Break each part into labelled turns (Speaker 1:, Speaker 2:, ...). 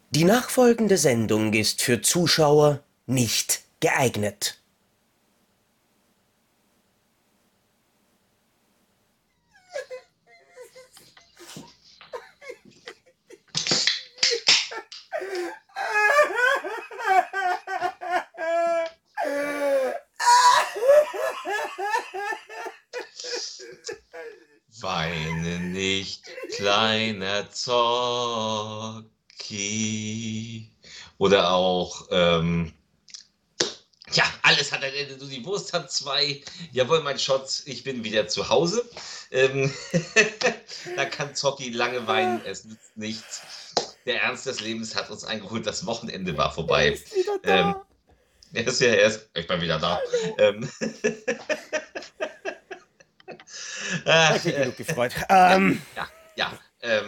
Speaker 1: Die nachfolgende Sendung ist für Zuschauer nicht geeignet.
Speaker 2: Weine nicht, kleiner Zocki. Oder auch, ja, alles hat ein Ende, du die Wurst hat zwei. Jawohl, mein Schatz, ich bin wieder zu Hause. Ähm, da kann Zocki lange weinen, es nützt nichts. Der Ernst des Lebens hat uns eingeholt, das Wochenende war
Speaker 1: Er
Speaker 2: vorbei.
Speaker 1: ist wieder
Speaker 2: Ähm,
Speaker 1: da.
Speaker 2: ich bin wieder da.
Speaker 1: Hallo.
Speaker 2: Ähm,
Speaker 1: Hat
Speaker 2: ach,
Speaker 1: mich genug gefreut.
Speaker 2: ja, ja.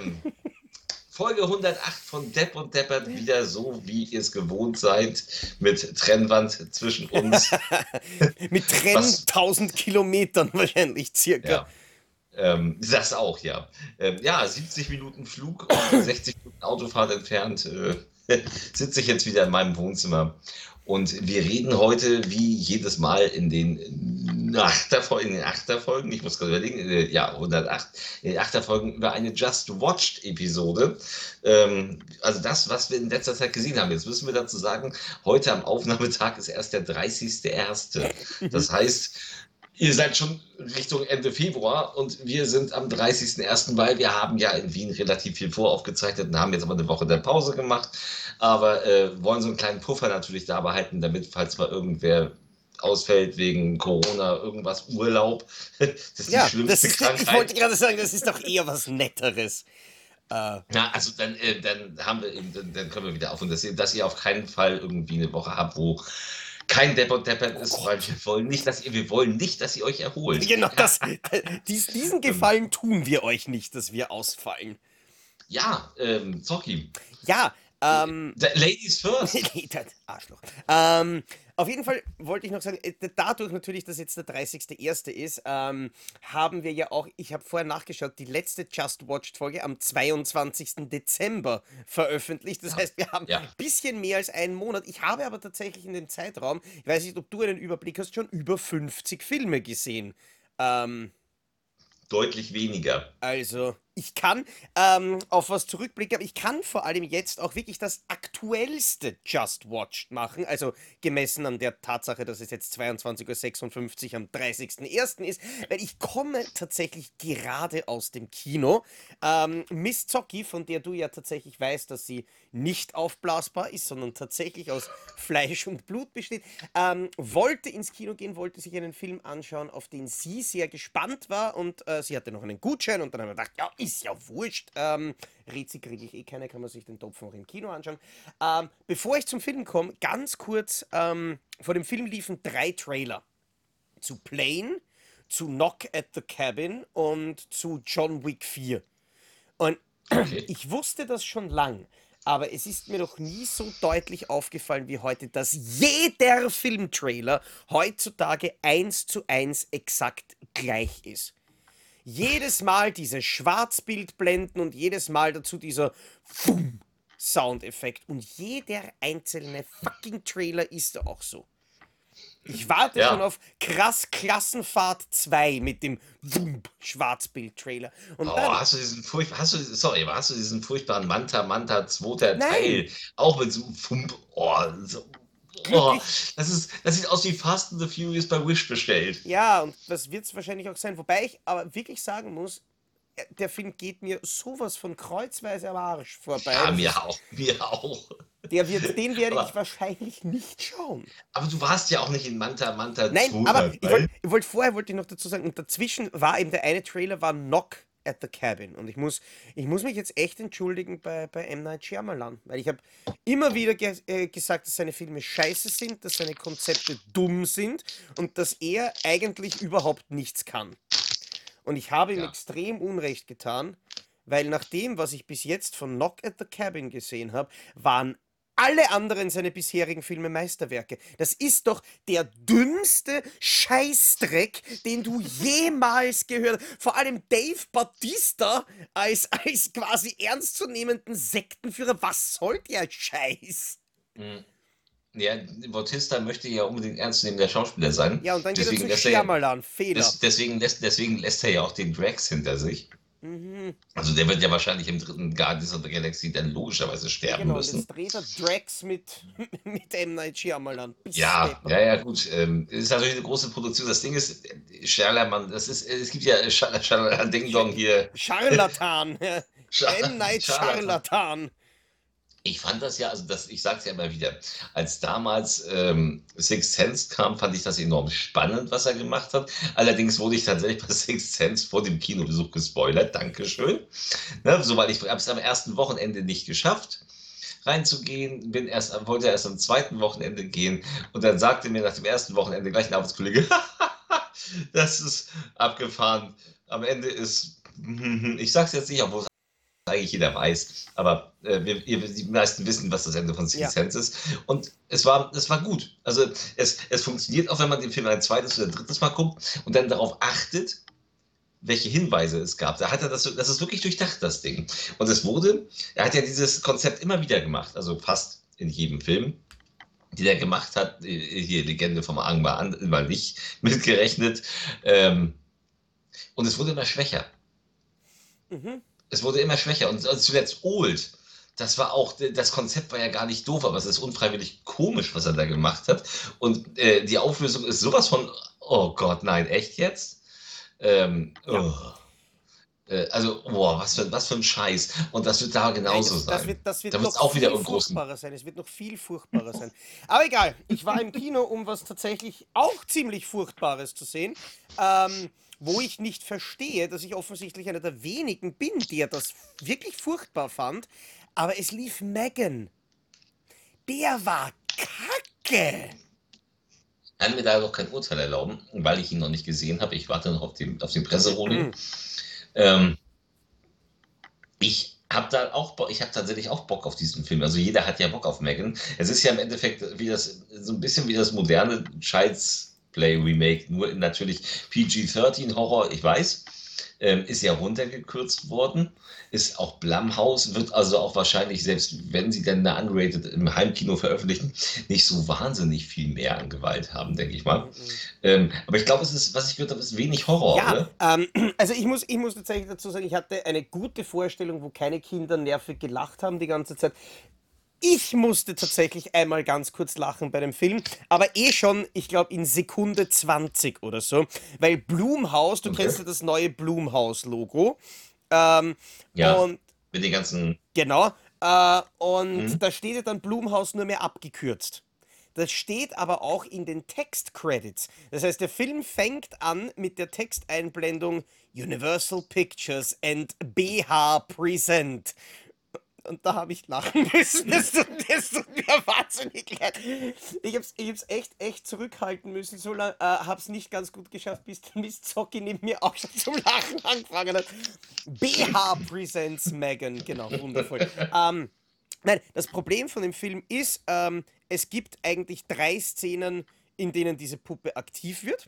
Speaker 2: Folge 108 von Depp und Deppert wieder so, wie ihr es gewohnt seid, mit Trennwand zwischen uns.
Speaker 1: Mit Trennen
Speaker 2: Was,
Speaker 1: 1000 Kilometern wahrscheinlich circa.
Speaker 2: ja, das auch, ja. Ja, 70 Minuten Flug und 60 Minuten Autofahrt entfernt sitze ich jetzt wieder in meinem Wohnzimmer. Und wir reden heute, wie jedes Mal in den Achterfolgen, ich muss gerade überlegen, ja, 108, in den Achterfolgen über eine Just Watched Episode. Also das, was wir in letzter Zeit gesehen haben. Jetzt müssen wir dazu sagen, heute am Aufnahmetag ist erst der 30.01. Das heißt, ihr seid schon Richtung Ende Februar und wir sind am 30.01., weil wir haben ja in Wien relativ viel voraufgezeichnet und haben jetzt aber eine Woche der Pause gemacht, aber wollen so einen kleinen Puffer natürlich da behalten, damit, falls mal irgendwer ausfällt wegen Corona, irgendwas, Urlaub, das ist die
Speaker 1: Ja, das
Speaker 2: schlimmste
Speaker 1: ist, ich wollte
Speaker 2: Krankheit.
Speaker 1: gerade sagen, das ist doch eher was Netteres. Äh,
Speaker 2: Ja, also dann haben wir eben, dann können wir wieder auf und dass ihr auf keinen Fall irgendwie eine Woche habt, wo kein Depp und Deppert
Speaker 1: oh
Speaker 2: ist, weil
Speaker 1: Gott.
Speaker 2: wir wollen nicht, dass ihr euch erholt.
Speaker 1: Genau, diesen
Speaker 2: Ähm,
Speaker 1: Gefallen tun wir euch nicht, dass wir ausfallen.
Speaker 2: Ja, Zocki.
Speaker 1: Ja,
Speaker 2: Ladies first.
Speaker 1: nee, das Arschloch. Auf jeden Fall wollte ich noch sagen, dadurch natürlich, dass jetzt der 30.01. ist, haben wir ja auch, ich habe vorher nachgeschaut, die letzte Just Watched Folge am 22. Dezember veröffentlicht. Das
Speaker 2: Ja,
Speaker 1: heißt, wir haben
Speaker 2: ja,
Speaker 1: ein bisschen mehr als einen Monat. Ich habe aber tatsächlich in dem Zeitraum, ich weiß nicht, ob du einen Überblick hast, schon über 50 Filme gesehen. Ähm,
Speaker 2: deutlich weniger.
Speaker 1: also, ich kann auf was zurückblicken, aber ich kann vor allem jetzt auch wirklich das aktuellste Just Watched machen, also gemessen an der Tatsache, dass es jetzt 22:56 Uhr am 30.01. ist, weil ich komme tatsächlich gerade aus dem Kino. Miss Zocki, von der du ja tatsächlich weißt, dass sie nicht aufblasbar ist, sondern tatsächlich aus Fleisch und Blut besteht, wollte ins Kino gehen, wollte sich einen Film anschauen, auf den sie sehr gespannt war und sie hatte noch einen Gutschein und dann haben wir gedacht, ja, ist ja wurscht. Rätsel kriege ich eh keine, kann man sich den Topf noch im Kino anschauen. Bevor ich zum Film komme, ganz kurz, vor dem Film liefen 3 Trailer. Zu Plane, zu Knock at the Cabin und zu John Wick 4. Und
Speaker 2: Okay.
Speaker 1: ich wusste das schon lang, aber es ist mir noch nie so deutlich aufgefallen wie heute, dass jeder Filmtrailer heutzutage 1:1 exakt gleich ist. Jedes Mal diese Schwarzbildblenden und jedes Mal dazu dieser Fum Soundeffekt und jeder einzelne fucking Trailer ist auch so. Ich warte schon
Speaker 2: Ja.
Speaker 1: auf krass Klassenfahrt 2 mit dem Wump Schwarzbild-Trailer. Und
Speaker 2: Oh,
Speaker 1: dann,
Speaker 2: hast du diesen furchtbaren Manta zweiter
Speaker 1: nein,
Speaker 2: Teil, auch mit so einem Fump, oh,
Speaker 1: glücklich,
Speaker 2: das sieht aus wie Fast and the Furious bei Wish bestellt.
Speaker 1: ja, und das wird es wahrscheinlich auch sein. Wobei ich aber wirklich sagen muss, der Film geht mir sowas von kreuzweise am Arsch vorbei.
Speaker 2: Ja,
Speaker 1: Das ist,
Speaker 2: mir auch.
Speaker 1: den werde ich
Speaker 2: Aber,
Speaker 1: wahrscheinlich nicht schauen.
Speaker 2: aber du warst ja auch nicht in Manta
Speaker 1: Nein, aber
Speaker 2: zweiter Teil.
Speaker 1: vorher wollte ich noch dazu sagen, und dazwischen war eben der eine Trailer war Knock at the Cabin. Und ich muss mich jetzt echt entschuldigen bei M. Night Shyamalan, weil ich habe immer wieder gesagt, dass seine Filme scheiße sind, dass seine Konzepte dumm sind und dass er eigentlich überhaupt nichts kann. Und ich habe ihm
Speaker 2: Ja.
Speaker 1: extrem Unrecht getan, weil nach dem, was ich bis jetzt von Knock at the Cabin gesehen habe, waren alle anderen seine bisherigen Filme Meisterwerke. Das ist doch der dümmste Scheißdreck, den du jemals gehört hast. Vor allem Dave Bautista als quasi ernstzunehmenden Sektenführer. Was soll der Scheiß?
Speaker 2: Mhm. Ja, Bautista möchte ja unbedingt ernstzunehmender Schauspieler sein.
Speaker 1: Ja, und dann geht er
Speaker 2: Deswegen
Speaker 1: zu
Speaker 2: lässt er ja,
Speaker 1: Shyamalan. Fehler.
Speaker 2: deswegen lässt er ja auch den Drax hinter sich.
Speaker 1: Mhm.
Speaker 2: Also der wird ja wahrscheinlich im dritten Guardians of the Galaxy dann logischerweise
Speaker 1: Ja,
Speaker 2: sterben
Speaker 1: genau. Und jetzt
Speaker 2: müssen.
Speaker 1: dreht er Drax mit, mit M. Night Shyamalan. Bis
Speaker 2: Ja,
Speaker 1: deppert.
Speaker 2: ja, ja, gut. Ist natürlich eine große Produktion. Das Ding ist, Shyamalan, es gibt ja Shyamalan Ding Dong hier.
Speaker 1: Scharlatan. M. Night
Speaker 2: Scharlatan.
Speaker 1: Scharlatan.
Speaker 2: Ich fand das ja, also das, ich sag's ja immer wieder, als damals Sixth Sense kam, fand ich das enorm spannend, was er gemacht hat. Allerdings wurde ich tatsächlich bei Sixth Sense vor dem Kinobesuch gespoilert. Dankeschön. Ne, so, weil ich habe es am ersten Wochenende nicht geschafft, reinzugehen, wollte erst am zweiten Wochenende gehen und dann sagte mir nach dem ersten Wochenende gleich ein Arbeitskollege, das ist abgefahren. Am Ende ist, ich sag's jetzt nicht, obwohl eigentlich jeder weiß, aber die meisten wissen, was das Ende von Sixth
Speaker 1: Ja.
Speaker 2: Sense ist. Und es war gut. Also es funktioniert auch, wenn man den Film ein zweites oder drittes Mal guckt und dann darauf achtet, welche Hinweise es gab. Da hat er das ist wirklich durchdacht, das Ding. Und er hat ja dieses Konzept immer wieder gemacht, also fast in jedem Film, den er gemacht hat. Hier Legende vom Angmar an, mal nicht mitgerechnet. Und es wurde immer schwächer.
Speaker 1: Mhm.
Speaker 2: Es wurde immer schwächer und zuletzt Old. Das Konzept war ja gar nicht doof, aber es ist unfreiwillig komisch, was er da gemacht hat. Und die Auflösung ist sowas von, oh Gott, nein, echt jetzt?
Speaker 1: Ja.
Speaker 2: Also, boah, was für ein Scheiß. Und das wird da
Speaker 1: Nein,
Speaker 2: genauso sein.
Speaker 1: das wird
Speaker 2: Da wird
Speaker 1: noch
Speaker 2: es auch wieder
Speaker 1: viel
Speaker 2: einen großen.
Speaker 1: furchtbarer sein. Es wird noch viel furchtbarer sein. Aber egal, ich war im Kino, um was tatsächlich auch ziemlich Furchtbares zu sehen, wo ich nicht verstehe, dass ich offensichtlich einer der wenigen bin, der das wirklich furchtbar fand. Aber es lief Megan. Der war kacke.
Speaker 2: Kann mir da noch kein Urteil erlauben, weil ich ihn noch nicht gesehen habe. Ich warte noch auf den Presserohling. Ähm, ich habe tatsächlich auch Bock auf diesen Film. Also jeder hat ja Bock auf Megan. Es ist ja im Endeffekt so ein bisschen wie das moderne Child's Play Remake, nur natürlich PG-13 Horror, ich weiß. Ist ja runtergekürzt worden. Ist auch Blumhouse, wird also auch wahrscheinlich, selbst wenn sie dann eine Unrated im Heimkino veröffentlichen, nicht so wahnsinnig viel mehr an Gewalt haben, denke ich mal. Aber ich glaube, was ich gehört habe, ist wenig Horror,
Speaker 1: Ja,
Speaker 2: oder?
Speaker 1: also ich muss tatsächlich dazu sagen, ich hatte eine gute Vorstellung, wo keine Kinder nervig gelacht haben die ganze Zeit. Ich musste tatsächlich einmal ganz kurz lachen bei dem Film, aber eh schon, ich glaube, in Sekunde 20 oder so, weil Blumhouse, du
Speaker 2: Okay.
Speaker 1: kennst ja das neue Blumhouse-Logo, ähm,
Speaker 2: Ja,
Speaker 1: und
Speaker 2: mit den ganzen.
Speaker 1: genau, und
Speaker 2: Mhm.
Speaker 1: da steht ja dann Blumhouse nur mehr abgekürzt. Das steht aber auch in den Textcredits. Das heißt, der Film fängt an mit der Texteinblendung Universal Pictures and BH Present. Und da habe ich lachen müssen. Das tut mir wahnsinnig leid. Ich hab's echt zurückhalten müssen. So lang, hab's nicht ganz gut geschafft, bis Zocki neben mir auch schon zum Lachen angefangen hat. BH Presents Megan. Genau, wundervoll. Nein, das Problem von dem Film ist, es gibt eigentlich 3 Szenen, in denen diese Puppe aktiv wird.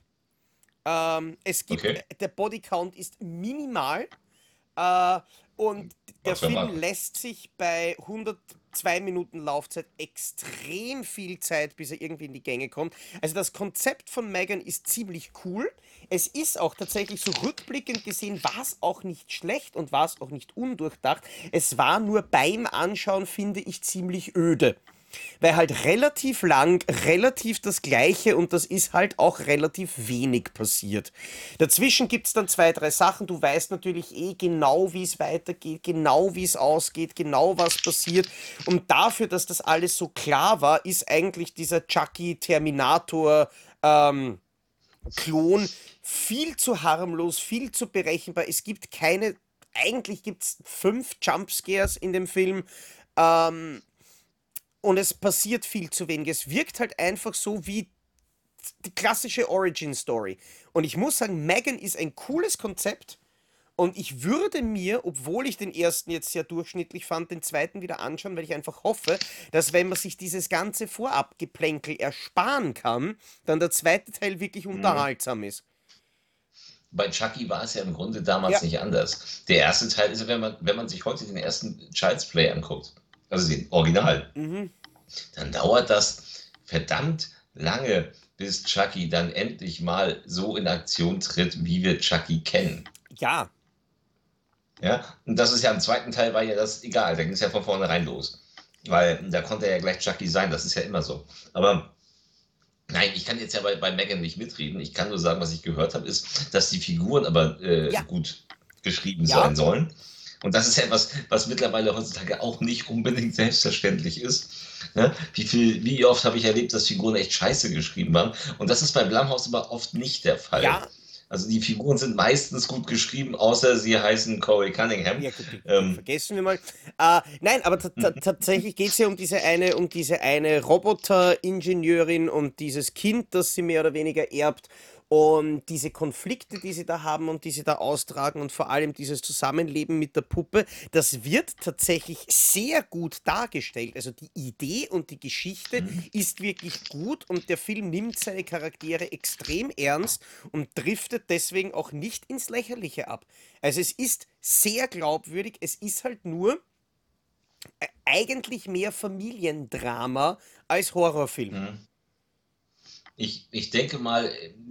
Speaker 2: Okay.
Speaker 1: Der Bodycount ist minimal. Äh, und der
Speaker 2: Was wir
Speaker 1: Film
Speaker 2: machen.
Speaker 1: lässt sich bei 102 Minuten Laufzeit extrem viel Zeit, bis er irgendwie in die Gänge kommt. Also das Konzept von Megan ist ziemlich cool. Es ist auch tatsächlich so rückblickend gesehen, war es auch nicht schlecht und war es auch nicht undurchdacht. Es war nur beim Anschauen, finde ich, ziemlich öde. Weil halt relativ lang, relativ das Gleiche und das ist halt auch relativ wenig passiert. Dazwischen gibt es dann 2, 3 Sachen. Du weißt natürlich eh genau, wie es weitergeht, genau wie es ausgeht, genau was passiert. Und dafür, dass das alles so klar war, ist eigentlich dieser Chucky Terminator Klon viel zu harmlos, viel zu berechenbar. Es gibt keine, eigentlich gibt es 5 Jumpscares in dem Film. Ähm, und es passiert viel zu wenig. Es wirkt halt einfach so wie die klassische Origin-Story. Und ich muss sagen, Megan ist ein cooles Konzept Und ich würde mir, obwohl ich den ersten jetzt sehr durchschnittlich fand, den zweiten wieder anschauen, weil ich einfach hoffe, dass wenn man sich dieses ganze Vorabgeplänkel ersparen kann, dann der zweite Teil wirklich
Speaker 2: Mhm.
Speaker 1: unterhaltsam ist.
Speaker 2: Bei Chucky war es ja im Grunde damals
Speaker 1: Ja,
Speaker 2: nicht anders. Der erste Teil ist ja, wenn man sich heute den ersten Child's Play anguckt, also den Original,
Speaker 1: mhm.
Speaker 2: dann dauert das verdammt lange, bis Chucky dann endlich mal so in Aktion tritt, wie wir Chucky kennen.
Speaker 1: Ja,
Speaker 2: Ja, und das ist ja im zweiten Teil war ja das egal, da ging es ja von vornherein los. Weil da konnte er ja gleich Chucky sein, das ist ja immer so. Aber nein, ich kann jetzt ja bei Megan nicht mitreden. Ich kann nur sagen, was ich gehört habe, ist, dass die Figuren aber
Speaker 1: ja,
Speaker 2: gut geschrieben sein
Speaker 1: ja.
Speaker 2: sollen. Und das ist ja etwas, was mittlerweile heutzutage auch nicht unbedingt selbstverständlich ist. Ne? Wie oft habe ich erlebt, dass Figuren echt scheiße geschrieben waren. Und das ist bei Blumhouse aber oft nicht der Fall.
Speaker 1: Ja,
Speaker 2: Also die Figuren sind meistens gut geschrieben, außer sie heißen Corey Cunningham.
Speaker 1: ja gut, die
Speaker 2: Ähm,
Speaker 1: vergessen wir mal. Nein, aber tatsächlich geht es ja um diese eine Roboter-Ingenieurin und dieses Kind, das sie mehr oder weniger erbt. Und diese Konflikte, die sie da haben und die sie da austragen und vor allem dieses Zusammenleben mit der Puppe, das wird tatsächlich sehr gut dargestellt. Also die Idee und die Geschichte ist wirklich gut und der Film nimmt seine Charaktere extrem ernst und driftet deswegen auch nicht ins Lächerliche ab. Also es ist sehr glaubwürdig, es ist halt nur eigentlich mehr Familiendrama als Horrorfilm.
Speaker 2: ich denke mal,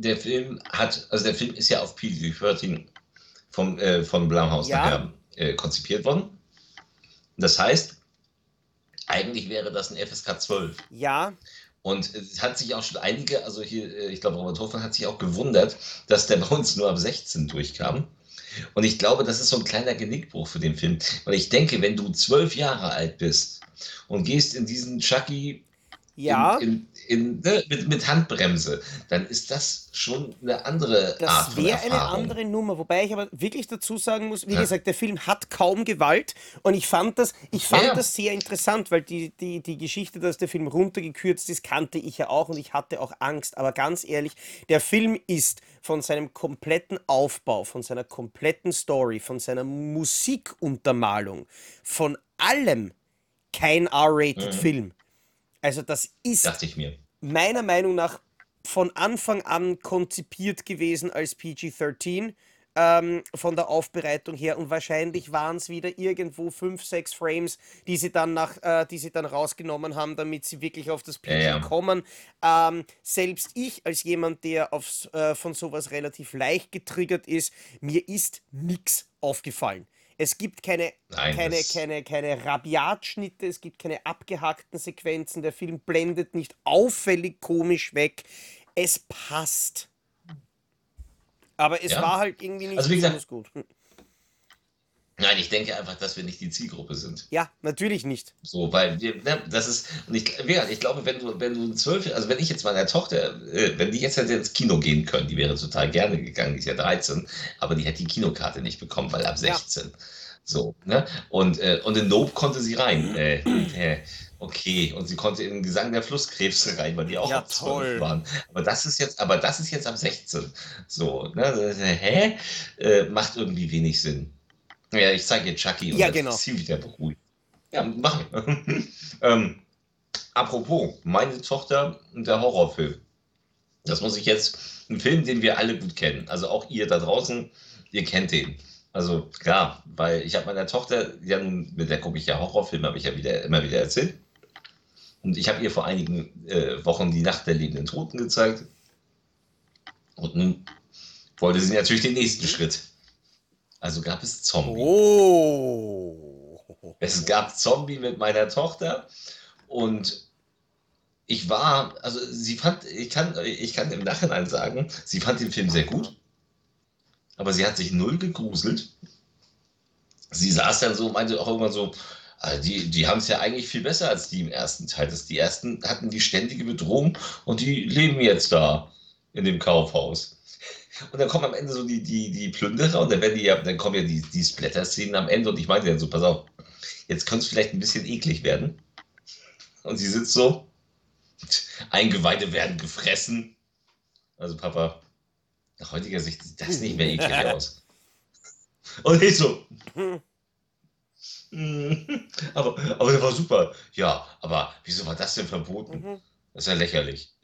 Speaker 2: also der Film ist ja auf PG-13 von Blumhouse
Speaker 1: Ja,
Speaker 2: nachher konzipiert worden. Das heißt, eigentlich wäre das ein FSK 12.
Speaker 1: ja,
Speaker 2: Und es hat sich auch schon einige, also hier, ich glaube, Robert Hofmann hat sich auch gewundert, dass der bei uns nur ab 16 durchkam. Und ich glaube, das ist so ein kleiner Genickbruch für den Film. Weil ich denke, wenn du 12 Jahre alt bist und gehst in diesen Chucky
Speaker 1: ja.
Speaker 2: mit Handbremse, dann ist das schon eine andere Art
Speaker 1: Das
Speaker 2: von
Speaker 1: wäre eine
Speaker 2: Erfahrung.
Speaker 1: andere Nummer, wobei ich aber wirklich dazu sagen muss, wie
Speaker 2: Ja,
Speaker 1: gesagt, der Film hat kaum Gewalt und ich
Speaker 2: ja.
Speaker 1: fand
Speaker 2: Ja.
Speaker 1: das sehr interessant, weil die Geschichte, dass der Film runtergekürzt ist, kannte ich ja auch und ich hatte auch Angst, aber ganz ehrlich, der Film ist von seinem kompletten Aufbau, von seiner kompletten Story, von seiner Musikuntermalung, von allem kein R-rated
Speaker 2: Mhm.
Speaker 1: Film. Also das ist
Speaker 2: Dachte ich mir.
Speaker 1: meiner Meinung nach von Anfang an konzipiert gewesen als PG-13 von der Aufbereitung her und wahrscheinlich waren es wieder irgendwo 5, 6 Frames, die sie dann rausgenommen haben, damit sie wirklich auf das
Speaker 2: Ja,
Speaker 1: PG
Speaker 2: ja.
Speaker 1: kommen. Selbst ich als jemand, der von sowas relativ leicht getriggert ist, mir ist nichts aufgefallen. Es gibt
Speaker 2: Nein, das.
Speaker 1: keine Rabiatschnitte, es gibt keine abgehackten Sequenzen, der Film blendet nicht auffällig komisch weg. Es passt. Aber es war
Speaker 2: Ja.
Speaker 1: halt irgendwie nicht
Speaker 2: Also wie gesagt,
Speaker 1: besonders gut.
Speaker 2: nein, ich denke einfach, dass wir nicht die Zielgruppe sind.
Speaker 1: Ja, natürlich nicht.
Speaker 2: So, weil das ist, und wie gesagt, ich glaube, wenn du 12, also wenn ich jetzt meiner Tochter, wenn die jetzt hätte ins Kino gehen können, die wäre total gerne gegangen, die ist ja 13, aber die hätte die Kinokarte nicht bekommen, weil ab
Speaker 1: Ja.
Speaker 2: 16. So, ne? Und in Nope konnte sie rein. Okay, und sie konnte in den Gesang der Flusskrebse rein, weil die auch
Speaker 1: Ja,
Speaker 2: ab 12
Speaker 1: toll.
Speaker 2: waren. Aber das ist jetzt ab 16. So, ne? Hä? Macht irgendwie wenig Sinn. Ja, ich zeige ihr Chucky und
Speaker 1: Ja,
Speaker 2: dann ist
Speaker 1: genau.
Speaker 2: sie wieder beruhigt. Ja, mach ich. ähm, apropos, meine Tochter und der Horrorfilm. Das muss ich jetzt, ein Film, den wir alle gut kennen. Also auch ihr da draußen, ihr kennt den. Also klar, weil ich habe meiner Tochter, ja, mit der gucke ich ja Horrorfilme, habe ich ja immer wieder erzählt. Und ich habe ihr vor einigen Wochen die Nacht der lebenden Toten gezeigt. Und nun wollte sie natürlich den nächsten
Speaker 1: Mhm.
Speaker 2: Schritt. Also gab es Zombie.
Speaker 1: Oh.
Speaker 2: Es gab Zombie mit meiner Tochter und also ich kann im Nachhinein sagen, sie fand den Film sehr
Speaker 1: Aha.
Speaker 2: gut, aber sie hat sich null gegruselt. Sie saß dann so und meinte auch irgendwann so, die haben es ja eigentlich viel besser als die im ersten Teil. Die ersten hatten die ständige Bedrohung und die leben jetzt da in dem Kaufhaus. Und dann kommen am Ende so die Plünderer und dann kommen ja die Splatter-Szenen am Ende und ich meinte dann so, pass auf, jetzt könnte es vielleicht ein bisschen eklig werden. Und sie sitzt so, Eingeweide werden gefressen. Also Papa, nach heutiger Sicht sieht das nicht mehr eklig aus. Und ich so,
Speaker 1: Hm.
Speaker 2: aber der war super. Ja, aber wieso war das denn verboten?
Speaker 1: Mhm.
Speaker 2: Das ist ja lächerlich.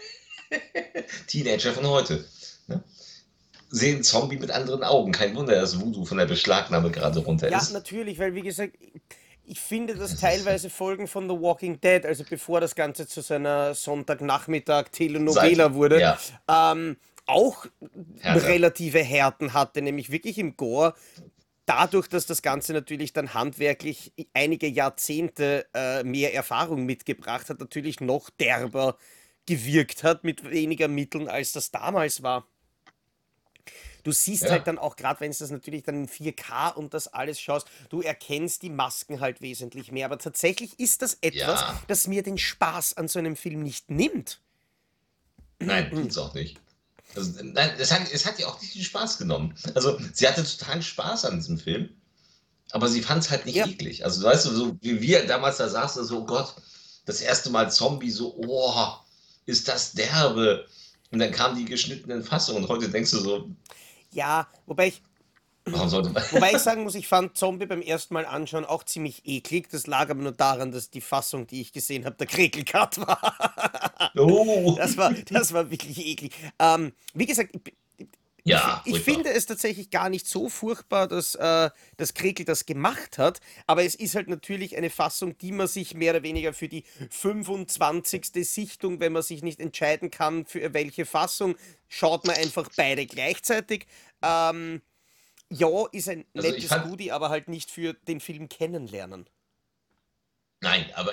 Speaker 2: Teenager von heute. Ne? Sehen Zombie mit anderen Augen. Kein Wunder, dass Voodoo von der Beschlagnahme gerade runter
Speaker 1: Ja,
Speaker 2: ist.
Speaker 1: natürlich, weil wie gesagt, ich finde, dass teilweise Folgen von The Walking Dead, also bevor das Ganze zu seiner Sonntagnachmittag-Telenovela
Speaker 2: Seite.
Speaker 1: wurde,
Speaker 2: Ja,
Speaker 1: auch
Speaker 2: härter.
Speaker 1: relative Härten hatte, nämlich wirklich im Gore. Dadurch, dass das Ganze natürlich dann handwerklich einige Jahrzehnte mehr Erfahrung mitgebracht hat, natürlich noch derber gewirkt hat mit weniger Mitteln, als das damals war. Du siehst halt
Speaker 2: Ja,
Speaker 1: dann auch, gerade wenn es das natürlich dann in 4K und das alles schaust, du erkennst die Masken halt wesentlich mehr. Aber tatsächlich ist das etwas,
Speaker 2: ja.
Speaker 1: das mir den Spaß an so einem Film nicht nimmt.
Speaker 2: Nein, tut's auch nicht. Also, nein, es hat ihr auch nicht viel Spaß genommen. Also, sie hatte total Spaß an diesem Film, aber sie fand es halt nicht
Speaker 1: Ja,
Speaker 2: eklig. Also, weißt du, so wie wir damals da saßen, so, oh Gott, das erste Mal Zombie, so, oh, ist das derbe. Und dann kamen die geschnittenen Fassungen und heute denkst du so,
Speaker 1: ja,
Speaker 2: warum sollte man.
Speaker 1: wobei ich sagen muss, ich fand Zombie beim ersten Mal anschauen auch ziemlich eklig. Das lag aber nur daran, dass die Fassung, die ich gesehen habe, der Krekelcut war.
Speaker 2: Oh,
Speaker 1: Das war wirklich eklig. Wie gesagt,
Speaker 2: ja,
Speaker 1: ich
Speaker 2: furchtbar.
Speaker 1: finde es tatsächlich gar nicht so furchtbar, dass das Krekel das gemacht hat, aber es ist halt natürlich eine Fassung, die man sich mehr oder weniger für die 25. Sichtung, wenn man sich nicht entscheiden kann, für welche Fassung, schaut man einfach beide gleichzeitig. Ähm, ja, ist ein
Speaker 2: Also, ich
Speaker 1: nettes
Speaker 2: fand,
Speaker 1: Goodie, aber halt nicht für den Film kennenlernen.
Speaker 2: nein, aber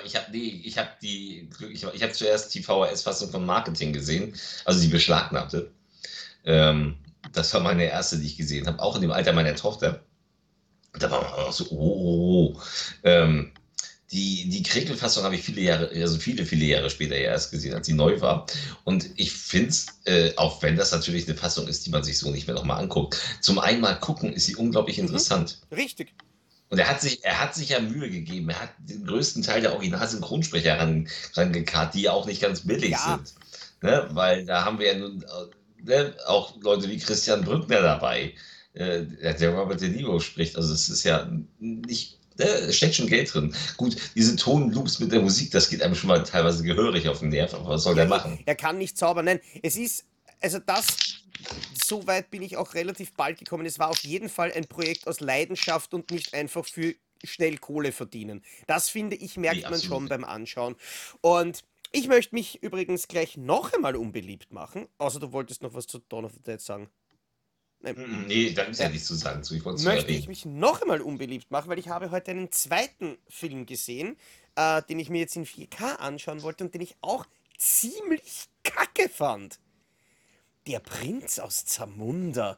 Speaker 2: ich habe zuerst die VHS-Fassung von Marketing gesehen, also die beschlagnahmte. Ähm, Das war meine erste, die ich gesehen habe, auch in dem Alter meiner Tochter. Und da war man auch so, oh. Ähm, die Krekelfassung habe ich viele Jahre, also viele Jahre später ja erst gesehen, als sie neu war. Und ich finde es, auch wenn das natürlich eine Fassung ist, die man sich so nicht mehr nochmal anguckt, zum einmal gucken ist sie unglaublich
Speaker 1: Mhm,
Speaker 2: interessant.
Speaker 1: richtig.
Speaker 2: Und er hat sich ja Mühe gegeben. Er hat den größten Teil der Originalsynchronsprecher rangekarrt, die ja auch nicht ganz billig
Speaker 1: Ja,
Speaker 2: sind. Ne? Weil da haben wir ja nun ne? Auch Leute wie Christian Brückner dabei, der Robert De Niro spricht. Also es ist ja nicht, ne? Es steckt schon Geld drin. Gut, diese Tonloops mit der Musik, das geht einem schon mal teilweise gehörig auf den Nerv, aber was soll
Speaker 1: ja,
Speaker 2: der machen?
Speaker 1: er kann nicht zaubern. Nein, es ist, also das, so weit bin ich auch relativ bald gekommen. Es war auf jeden Fall ein Projekt aus Leidenschaft und nicht einfach für schnell Kohle verdienen. Das finde ich,
Speaker 2: Nee,
Speaker 1: merkt man
Speaker 2: absolut
Speaker 1: schon
Speaker 2: nicht.
Speaker 1: beim Anschauen. Und ich möchte mich übrigens gleich noch einmal unbeliebt machen. Außer du wolltest noch was zu Dawn of the Dead sagen. Nein.
Speaker 2: Nee, da ist ja
Speaker 1: Ja,
Speaker 2: nichts zu sagen zu. Ich wollte es nur
Speaker 1: möchte ich
Speaker 2: erwähnen.
Speaker 1: mich noch einmal unbeliebt machen, weil ich habe heute einen zweiten Film gesehen, den ich mir jetzt in 4K anschauen wollte und den ich auch ziemlich kacke fand. Der Prinz aus Zamunda.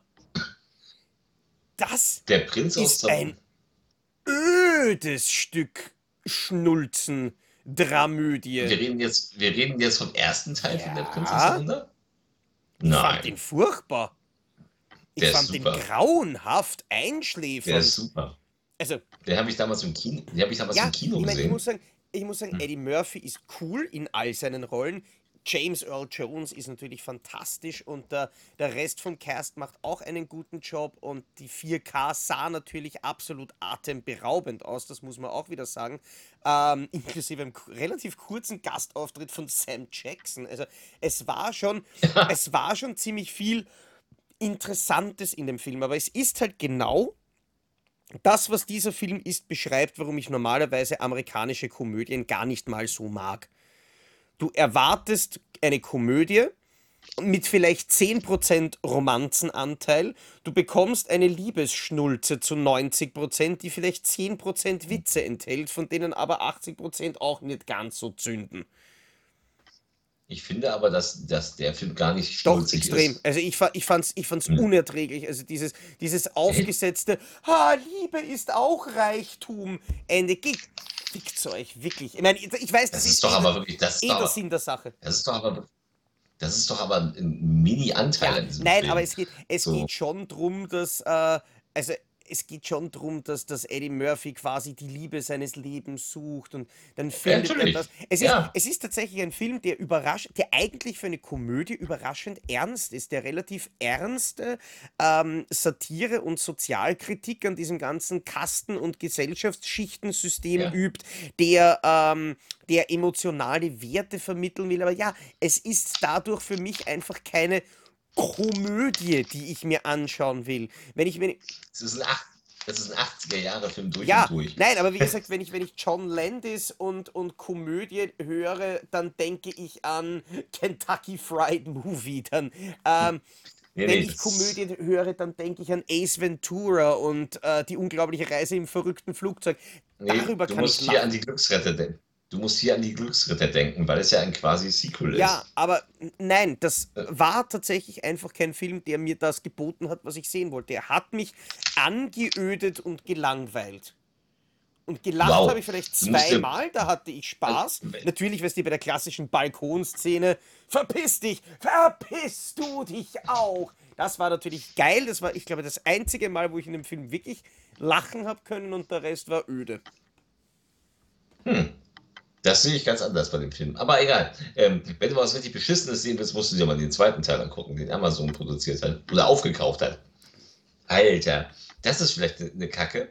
Speaker 1: Das
Speaker 2: Der Prinz aus
Speaker 1: ist ein
Speaker 2: Zamunda.
Speaker 1: ödes Stück Schnulzen, Dramödie.
Speaker 2: Wir reden jetzt vom ersten Teil von Der Prinz aus
Speaker 1: Ja,
Speaker 2: Zamunda?
Speaker 1: ich fand den
Speaker 2: Nein,
Speaker 1: furchtbar. Ich
Speaker 2: der ist
Speaker 1: fand den
Speaker 2: super.
Speaker 1: grauenhaft
Speaker 2: Der ist
Speaker 1: einschläfernd.
Speaker 2: super.
Speaker 1: Also,
Speaker 2: Den habe ich damals im
Speaker 1: ja,
Speaker 2: Kino
Speaker 1: ich meine,
Speaker 2: gesehen.
Speaker 1: ich muss sagen,
Speaker 2: Hm.
Speaker 1: Eddie Murphy ist cool in all seinen Rollen. James Earl Jones ist natürlich fantastisch und der Rest vom Cast macht auch einen guten Job und die 4K sah natürlich absolut atemberaubend aus, das muss man auch wieder sagen. Inklusive einem relativ kurzen Gastauftritt von Sam Jackson. Also es war schon ziemlich viel Interessantes in dem Film, aber es ist halt genau das, was dieser Film ist, beschreibt, warum ich normalerweise amerikanische Komödien gar nicht mal so mag. Du erwartest eine Komödie mit vielleicht 10% Romanzenanteil, du bekommst eine Liebesschnulze zu 90%, die vielleicht 10% Witze enthält, von denen aber 80% auch nicht ganz so zünden.
Speaker 2: Ich finde aber, dass der Film gar nicht
Speaker 1: Doch,
Speaker 2: schnulzig
Speaker 1: extrem.
Speaker 2: ist.
Speaker 1: Also ich fand's
Speaker 2: Hm.
Speaker 1: unerträglich. Also dieses
Speaker 2: Echt?
Speaker 1: aufgesetzte, Liebe ist auch Reichtum. Ende. Fickt's euch, wirklich. Ich meine, ich weiß, das
Speaker 2: Das ist
Speaker 1: ist
Speaker 2: doch aber wirklich,
Speaker 1: eh der Sinn der Sache.
Speaker 2: das ist doch aber, das ist doch aber ein Mini-Anteil
Speaker 1: Ja,
Speaker 2: an diesem
Speaker 1: nein, aber
Speaker 2: Film.
Speaker 1: es
Speaker 2: So,
Speaker 1: geht schon drum, dass, also es geht schon darum, dass Eddie Murphy quasi die Liebe seines Lebens sucht und dann
Speaker 2: Ja,
Speaker 1: findet er das.
Speaker 2: natürlich. Ja,
Speaker 1: Es ist tatsächlich ein Film, der eigentlich für eine Komödie überraschend ernst ist, der relativ ernste Satire und Sozialkritik an diesem ganzen Kasten- und Gesellschaftsschichtensystem
Speaker 2: ja.
Speaker 1: übt, der emotionale Werte vermitteln will. Aber ja, es ist dadurch für mich einfach keine Komödie, die ich mir anschauen will. Wenn ich,
Speaker 2: Es ist ein, acht, es ist ein 80er-Jahre-Film durch und
Speaker 1: ja,
Speaker 2: durch.
Speaker 1: nein, aber wie gesagt, wenn ich John Landis und Komödie höre, dann denke ich an Kentucky Fried Movie.
Speaker 2: Nee,
Speaker 1: Wenn
Speaker 2: nee,
Speaker 1: ich
Speaker 2: das.
Speaker 1: Komödie höre, dann denke ich an Ace Ventura und die unglaubliche Reise im verrückten Flugzeug.
Speaker 2: Nee,
Speaker 1: Darüber
Speaker 2: du
Speaker 1: kann ich
Speaker 2: musst hier an
Speaker 1: lachen.
Speaker 2: die Glücksritter denken. Du musst hier an die Glücksritter denken, weil es ja ein quasi Sequel
Speaker 1: Ja,
Speaker 2: ist.
Speaker 1: aber nein, das
Speaker 2: Äh,
Speaker 1: war tatsächlich einfach kein Film, der mir das geboten hat, was ich sehen wollte. Er hat mich angeödet und gelangweilt. Und gelacht habe
Speaker 2: Wow.
Speaker 1: ich vielleicht
Speaker 2: Du musst dir.
Speaker 1: zweimal, da hatte ich
Speaker 2: Also,
Speaker 1: Spaß. Natürlich, weißt du, bei der klassischen Balkonszene, verpiss du dich auch. Das war natürlich geil, das war, ich glaube, das einzige Mal, wo ich in dem Film wirklich lachen habe können und der Rest war öde.
Speaker 2: hm, das sehe ich ganz anders bei dem Film. Aber egal. Wenn du was richtig Beschissenes sehen willst, musst du dir mal den zweiten Teil angucken, den Amazon produziert hat oder aufgekauft hat. Alter, das ist vielleicht eine Kacke.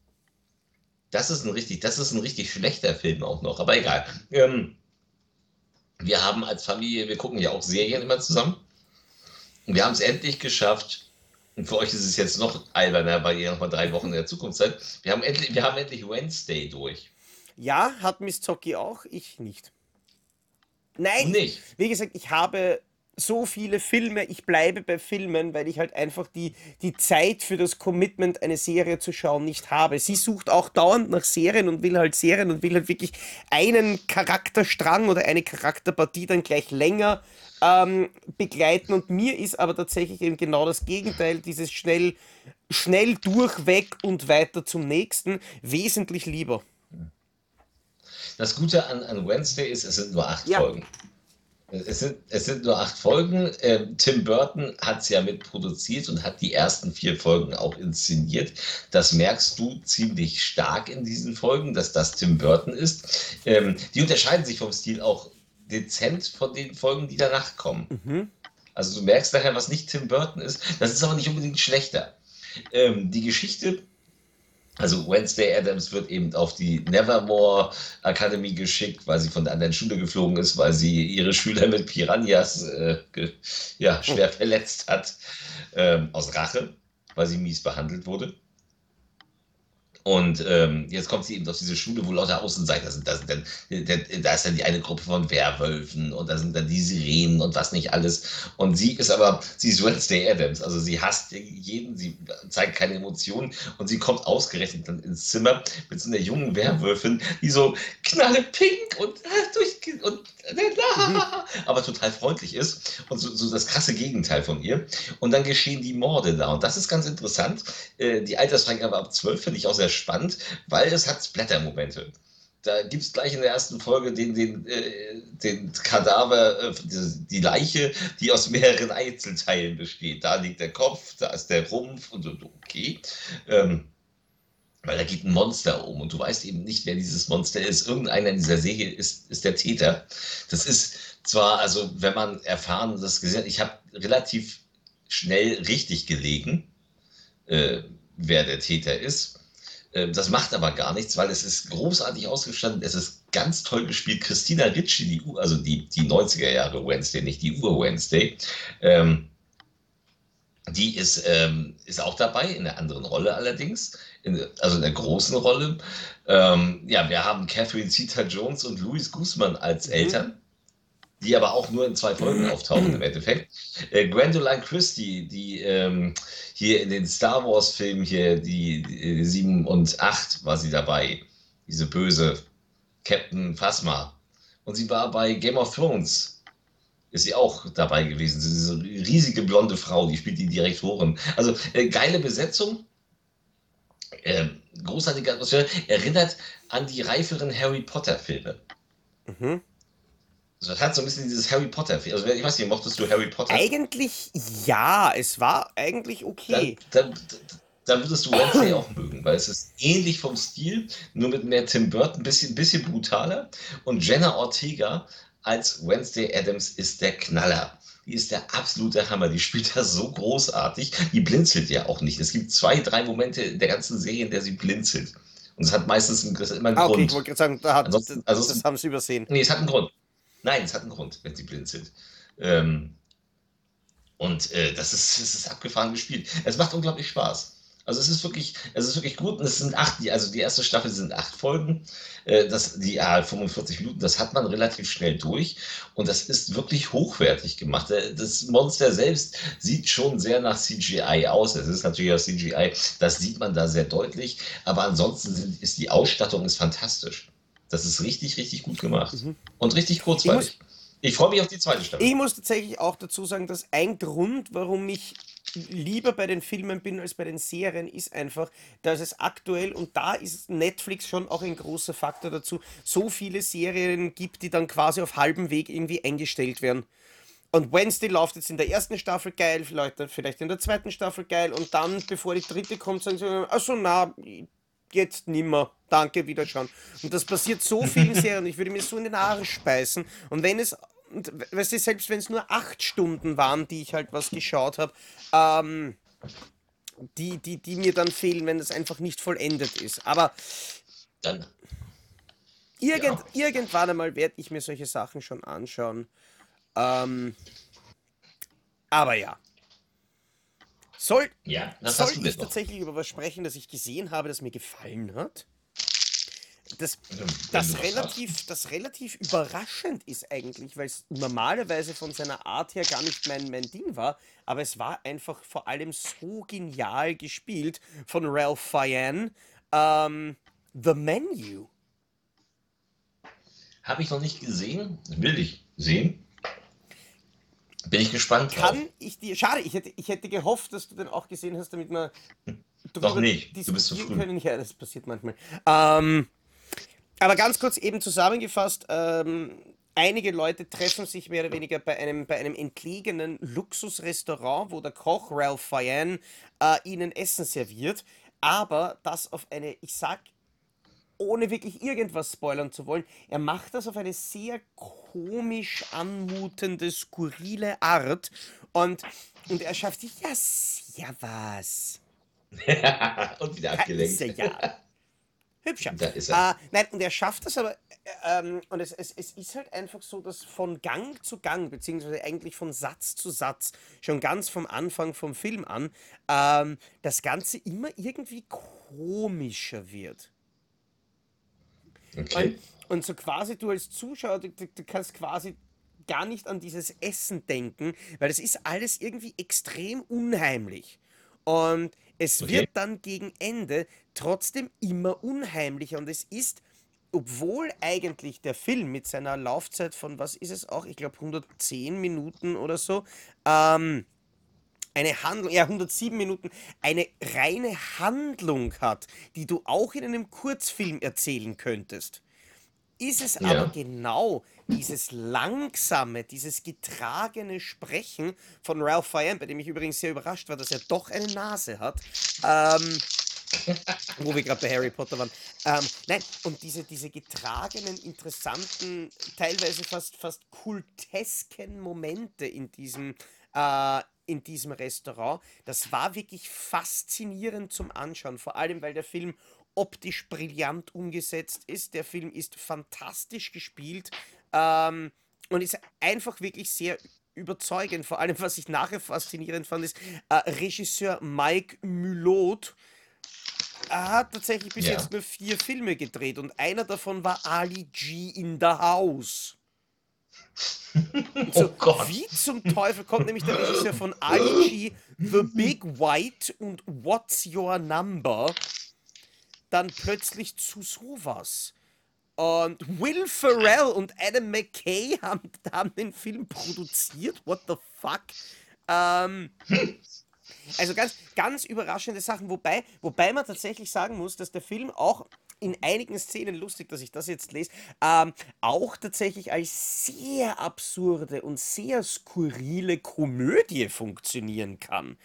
Speaker 2: Das ist ein richtig schlechter Film auch noch. Aber egal. Wir haben als Familie, wir gucken ja auch Serien immer zusammen. Und wir haben es endlich geschafft. Und für euch ist es jetzt noch alberner, weil ihr noch mal 3 Wochen in der Zukunft seid. Wir haben endlich Wednesday durch.
Speaker 1: Ja, hat Miss Zocki auch, ich nicht. Nein,
Speaker 2: Du nicht.
Speaker 1: wie gesagt, ich habe so viele Filme, ich bleibe bei Filmen, weil ich halt einfach die Zeit für das Commitment, eine Serie zu schauen, nicht habe. Sie sucht auch dauernd nach Serien und will halt wirklich einen Charakterstrang oder eine Charakterpartie dann gleich länger begleiten. Und mir ist aber tatsächlich eben genau das Gegenteil, dieses schnell durchweg und weiter zum nächsten, wesentlich lieber.
Speaker 2: Das Gute an Wednesday ist, es sind nur acht
Speaker 1: Ja.
Speaker 2: Folgen. Es sind nur 8 Folgen. Tim Burton hat es ja mitproduziert und hat die ersten 4 Folgen auch inszeniert. Das merkst du ziemlich stark in diesen Folgen, dass das Tim Burton ist. Die unterscheiden sich vom Stil auch dezent von den Folgen, die danach kommen.
Speaker 1: Mhm.
Speaker 2: Also du merkst nachher, was nicht Tim Burton ist. Das ist aber nicht unbedingt schlechter. Die Geschichte, also Wednesday Adams wird eben auf die Nevermore Academy geschickt, weil sie von der anderen Schule geflogen ist, weil sie ihre Schüler mit Piranhas ja,
Speaker 1: Hm.
Speaker 2: schwer verletzt hat, aus Rache, weil sie mies behandelt wurde. Und jetzt kommt sie eben aus dieser Schule, wo lauter Außenseiter sind. Da ist dann die eine Gruppe von Werwölfen und da sind dann die Sirenen und was nicht alles. Und sie ist Wednesday Adams. Also sie hasst jeden, sie zeigt keine Emotionen und sie kommt ausgerechnet dann ins Zimmer mit so einer jungen Werwölfin, die so knallepink
Speaker 1: Mhm.
Speaker 2: aber total freundlich ist und so das krasse Gegenteil von ihr. Und dann geschehen die Morde da. Und das ist ganz interessant. Die Altersfreigabe ab 12 finde ich auch sehr spannend, weil es hat Splatter-Momente. Da gibt es gleich in der ersten Folge den Kadaver, die Leiche, die aus mehreren Einzelteilen besteht. Da liegt der Kopf, da ist der Rumpf und okay. Ähm, weil da geht ein Monster um und du weißt eben nicht, wer dieses Monster ist. Irgendeiner in dieser Serie ist der Täter. Das ist zwar, also wenn man erfahren das gesehen hat, ich habe relativ schnell richtig gelegen, äh, wer der Täter ist. Das macht aber gar nichts, weil es ist großartig ausgestattet, es ist ganz toll gespielt. Christina Ricci, also die 90er Jahre Wednesday, nicht die Ur-Wednesday, ähm, die ist auch dabei, in einer anderen Rolle allerdings, also in der großen Rolle. Ja, wir haben Catherine Zeta-Jones und Louis Guzman als
Speaker 1: Mhm.
Speaker 2: Eltern, die aber auch nur in 2 Folgen auftauchen im Endeffekt. Gwendoline Christie, die hier in den Star Wars-Filmen hier, die 7 und 8 war sie dabei, diese böse Captain Phasma. Und sie war bei Game of Thrones, ist sie auch dabei gewesen. Diese riesige blonde Frau, die spielt die Direktorin. Also geile Besetzung, äh, großartige Atmosphäre, erinnert an die reiferen Harry Potter-Filme.
Speaker 1: Mhm.
Speaker 2: Also das hat so ein bisschen dieses Harry Potter-Film. Also ich weiß nicht, mochtest du Harry Potter?
Speaker 1: Eigentlich ja, es war eigentlich
Speaker 2: Dann,
Speaker 1: okay.
Speaker 2: dann, dann würdest du Wednesday auch mögen, weil es ist ähnlich vom Stil, nur mit mehr Tim Burton, bisschen brutaler. Und Jenna Ortega als Wednesday Adams ist der Knaller. Die ist der absolute Hammer. Die spielt das so großartig. Die blinzelt ja auch nicht. Es gibt zwei, drei Momente in der ganzen Serie, in der sie blinzelt. Und es hat meistens das hat immer einen
Speaker 1: Ah, okay, ich
Speaker 2: Grund.
Speaker 1: wollte gerade sagen, das
Speaker 2: Ansonsten,
Speaker 1: haben sie übersehen.
Speaker 2: nee, es hat einen Grund. Nein, es hat einen Grund, wenn sie blinzelt. Ähm, das ist abgefahren gespielt. Es macht unglaublich Spaß. Also es ist wirklich gut. Und es sind also die erste Staffel sind 8 Folgen. Die 45 Minuten, das hat man relativ schnell durch. Und das ist wirklich hochwertig gemacht. Das Monster selbst sieht schon sehr nach CGI aus. Es ist natürlich auch CGI, das sieht man da sehr deutlich. Aber ansonsten ist die Ausstattung ist fantastisch. Das ist richtig, richtig gut gemacht.
Speaker 1: Mhm.
Speaker 2: Und richtig
Speaker 1: Ich muss,
Speaker 2: kurzweilig. Ich freue mich auf die zweite Staffel.
Speaker 1: Ich muss tatsächlich auch dazu sagen, dass ein Grund, warum ich lieber bei den Filmen bin als bei den Serien, ist einfach, dass es aktuell, und da ist Netflix schon auch ein großer Faktor dazu, so viele Serien gibt, die dann quasi auf halbem Weg irgendwie eingestellt werden. Und Wednesday läuft jetzt in der ersten Staffel geil, vielleicht in der zweiten Staffel geil, und dann, bevor die dritte kommt, sagen sie, achso, na, jetzt nimmer, danke, wiederschauen. Und das passiert so vielen Serien, ich würde mir so in den Arsch beißen. Und wenn es, und weißt du, selbst wenn es nur 8 Stunden waren, die ich halt was geschaut habe, ähm, die mir dann fehlen, wenn das einfach nicht vollendet ist. Aber
Speaker 2: Dann, ja.
Speaker 1: irgendwann einmal werde ich mir solche Sachen schon anschauen. Ähm, aber ja. Soll,
Speaker 2: Ja, was
Speaker 1: soll
Speaker 2: hast du
Speaker 1: ich
Speaker 2: denn noch?
Speaker 1: tatsächlich über was sprechen, das ich gesehen habe, das mir gefallen hat? Das,
Speaker 2: Wenn du was hast.
Speaker 1: das relativ überraschend ist eigentlich, weil es normalerweise von seiner Art her gar nicht mein Ding war, aber es war einfach vor allem so genial gespielt von Ralph Fiennes. Ähm, The Menu.
Speaker 2: Habe ich noch nicht gesehen. Will ich sehen. Bin ich gespannt drauf.
Speaker 1: Kann ich dir. Schade, ich hätte gehofft, dass du den auch gesehen hast, damit wir
Speaker 2: Noch
Speaker 1: darüber
Speaker 2: nicht. Du bist zu
Speaker 1: diskutieren
Speaker 2: früh.
Speaker 1: können. Ja, das passiert manchmal. Ähm, Aber ganz kurz eben zusammengefasst, einige Leute treffen sich mehr oder weniger bei einem entlegenen Luxusrestaurant, wo der Koch Ralph Fiennes ihnen Essen serviert, aber das auf eine, ich sag, ohne wirklich irgendwas spoilern zu wollen, er macht das auf eine sehr komisch anmutende, skurrile Art, und, und er schafft sich, ja, servus.
Speaker 2: Und wieder
Speaker 1: Da ist
Speaker 2: abgelenkt.
Speaker 1: er ja. Hübscher.
Speaker 2: Da ist er.
Speaker 1: Nein, und er schafft das aber, und es ist halt einfach so, dass von Gang zu Gang, beziehungsweise eigentlich von Satz zu Satz, schon ganz vom Anfang vom Film an, das Ganze immer irgendwie komischer wird. Und,
Speaker 2: Okay.
Speaker 1: und so quasi du als Zuschauer, du kannst quasi gar nicht an dieses Essen denken, weil das ist alles irgendwie extrem unheimlich. Und es
Speaker 2: Okay.
Speaker 1: wird dann gegen Ende trotzdem immer unheimlicher. Und es ist, obwohl eigentlich der Film mit seiner Laufzeit von, was ist es auch, ich glaube 110 Minuten oder so, eine Handlung, ja 107 Minuten, eine reine Handlung hat, die du auch in einem Kurzfilm erzählen könntest, ist es aber
Speaker 2: Ja.
Speaker 1: genau dieses langsame, dieses getragene Sprechen von Ralph Fiennes, bei dem ich übrigens sehr überrascht war, dass er doch eine Nase hat, ähm, wo wir gerade bei Harry Potter waren. Nein, und diese getragenen, interessanten, teilweise fast kultesken Momente in diesem Restaurant, das war wirklich faszinierend zum Anschauen. Vor allem, weil der Film optisch brillant umgesetzt ist. Der Film ist fantastisch gespielt, und ist einfach wirklich sehr überzeugend. Vor allem, was ich nachher faszinierend fand, ist Regisseur Mike Mulot. Er hat tatsächlich bis
Speaker 2: Ja.
Speaker 1: jetzt nur 4 Filme gedreht, und einer davon war Ali G in the House. Und so,
Speaker 2: Oh Gott.
Speaker 1: wie zum Teufel kommt nämlich der Regisseur von Ali G, The Big White und What's Your Number dann plötzlich zu sowas? Und Will Ferrell und Adam McKay haben den Film produziert. What the fuck? Ähm, Also ganz überraschende Sachen, wobei man tatsächlich sagen muss, dass der Film auch in einigen Szenen, lustig, dass ich das jetzt lese, auch tatsächlich als sehr absurde und sehr skurrile Komödie funktionieren kann.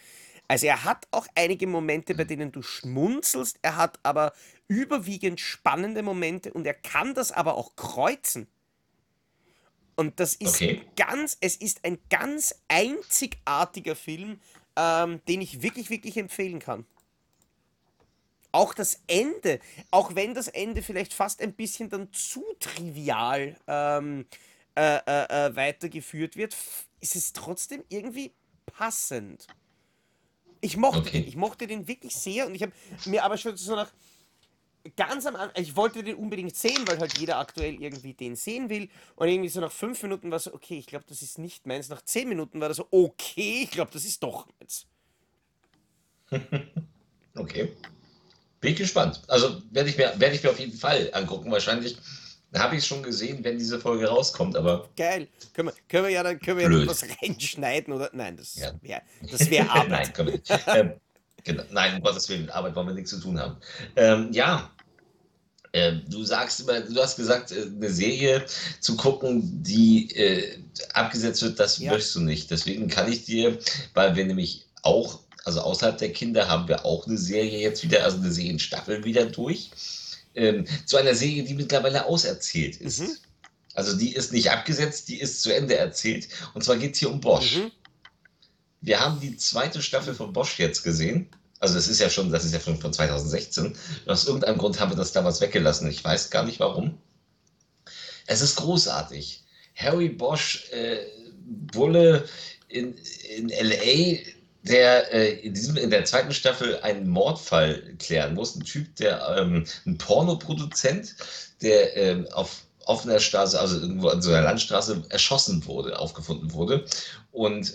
Speaker 1: Also er hat auch einige Momente, bei denen du schmunzelst, er hat aber überwiegend spannende Momente und er kann das aber auch kreuzen. Und
Speaker 2: Okay.
Speaker 1: es ist ein ganz einzigartiger Film, den ich wirklich, wirklich empfehlen kann. Auch das Ende, auch wenn das Ende vielleicht fast ein bisschen dann zu trivial weitergeführt wird, ist es trotzdem irgendwie passend.
Speaker 2: Okay.
Speaker 1: Ich mochte den wirklich sehr und ich habe mir aber schon so nach ganz am Anfang, ich wollte den unbedingt sehen, weil halt jeder aktuell irgendwie den sehen will und irgendwie so nach 5 Minuten war so, okay, ich glaube, das ist nicht meins. Nach 10 Minuten war das so, okay, ich glaube, das ist doch meins.
Speaker 2: Okay. Bin ich gespannt. Also werde ich mir auf jeden Fall angucken. Wahrscheinlich habe ich es schon gesehen, wenn diese Folge rauskommt, aber
Speaker 1: Geil. Können wir ja dann
Speaker 2: blöd.
Speaker 1: was reinschneiden oder? Nein,
Speaker 2: Ja.
Speaker 1: das wär Arbeit.
Speaker 2: Nein, können wir nicht. Genau. Nein, um Gottes Willen, mit Arbeit wollen wir nichts zu tun haben. Ja, du sagst immer, du hast gesagt, eine Serie zu gucken, die abgesetzt wird, das
Speaker 1: Ja.
Speaker 2: möchtest du nicht. Deswegen kann ich dir, weil wir nämlich auch, also außerhalb der Kinder haben wir auch eine Serie jetzt wieder, also eine Serienstaffel wieder durch, zu einer Serie, die mittlerweile auserzählt
Speaker 1: Mhm.
Speaker 2: ist. Also die ist nicht abgesetzt, die ist zu Ende erzählt. Und zwar geht es hier um Bosch.
Speaker 1: Mhm.
Speaker 2: Wir haben die zweite Staffel von Bosch jetzt gesehen. Also das ist ja schon von 2016. Aus irgendeinem Grund haben wir das damals weggelassen. Ich weiß gar nicht warum. Es ist großartig. Harry Bosch, Bulle in, in LA, der in der zweiten Staffel einen Mordfall klären muss. Ein Typ, ein Pornoproduzent, der auf offener Straße, also irgendwo an so einer Landstraße erschossen wurde, aufgefunden wurde. Und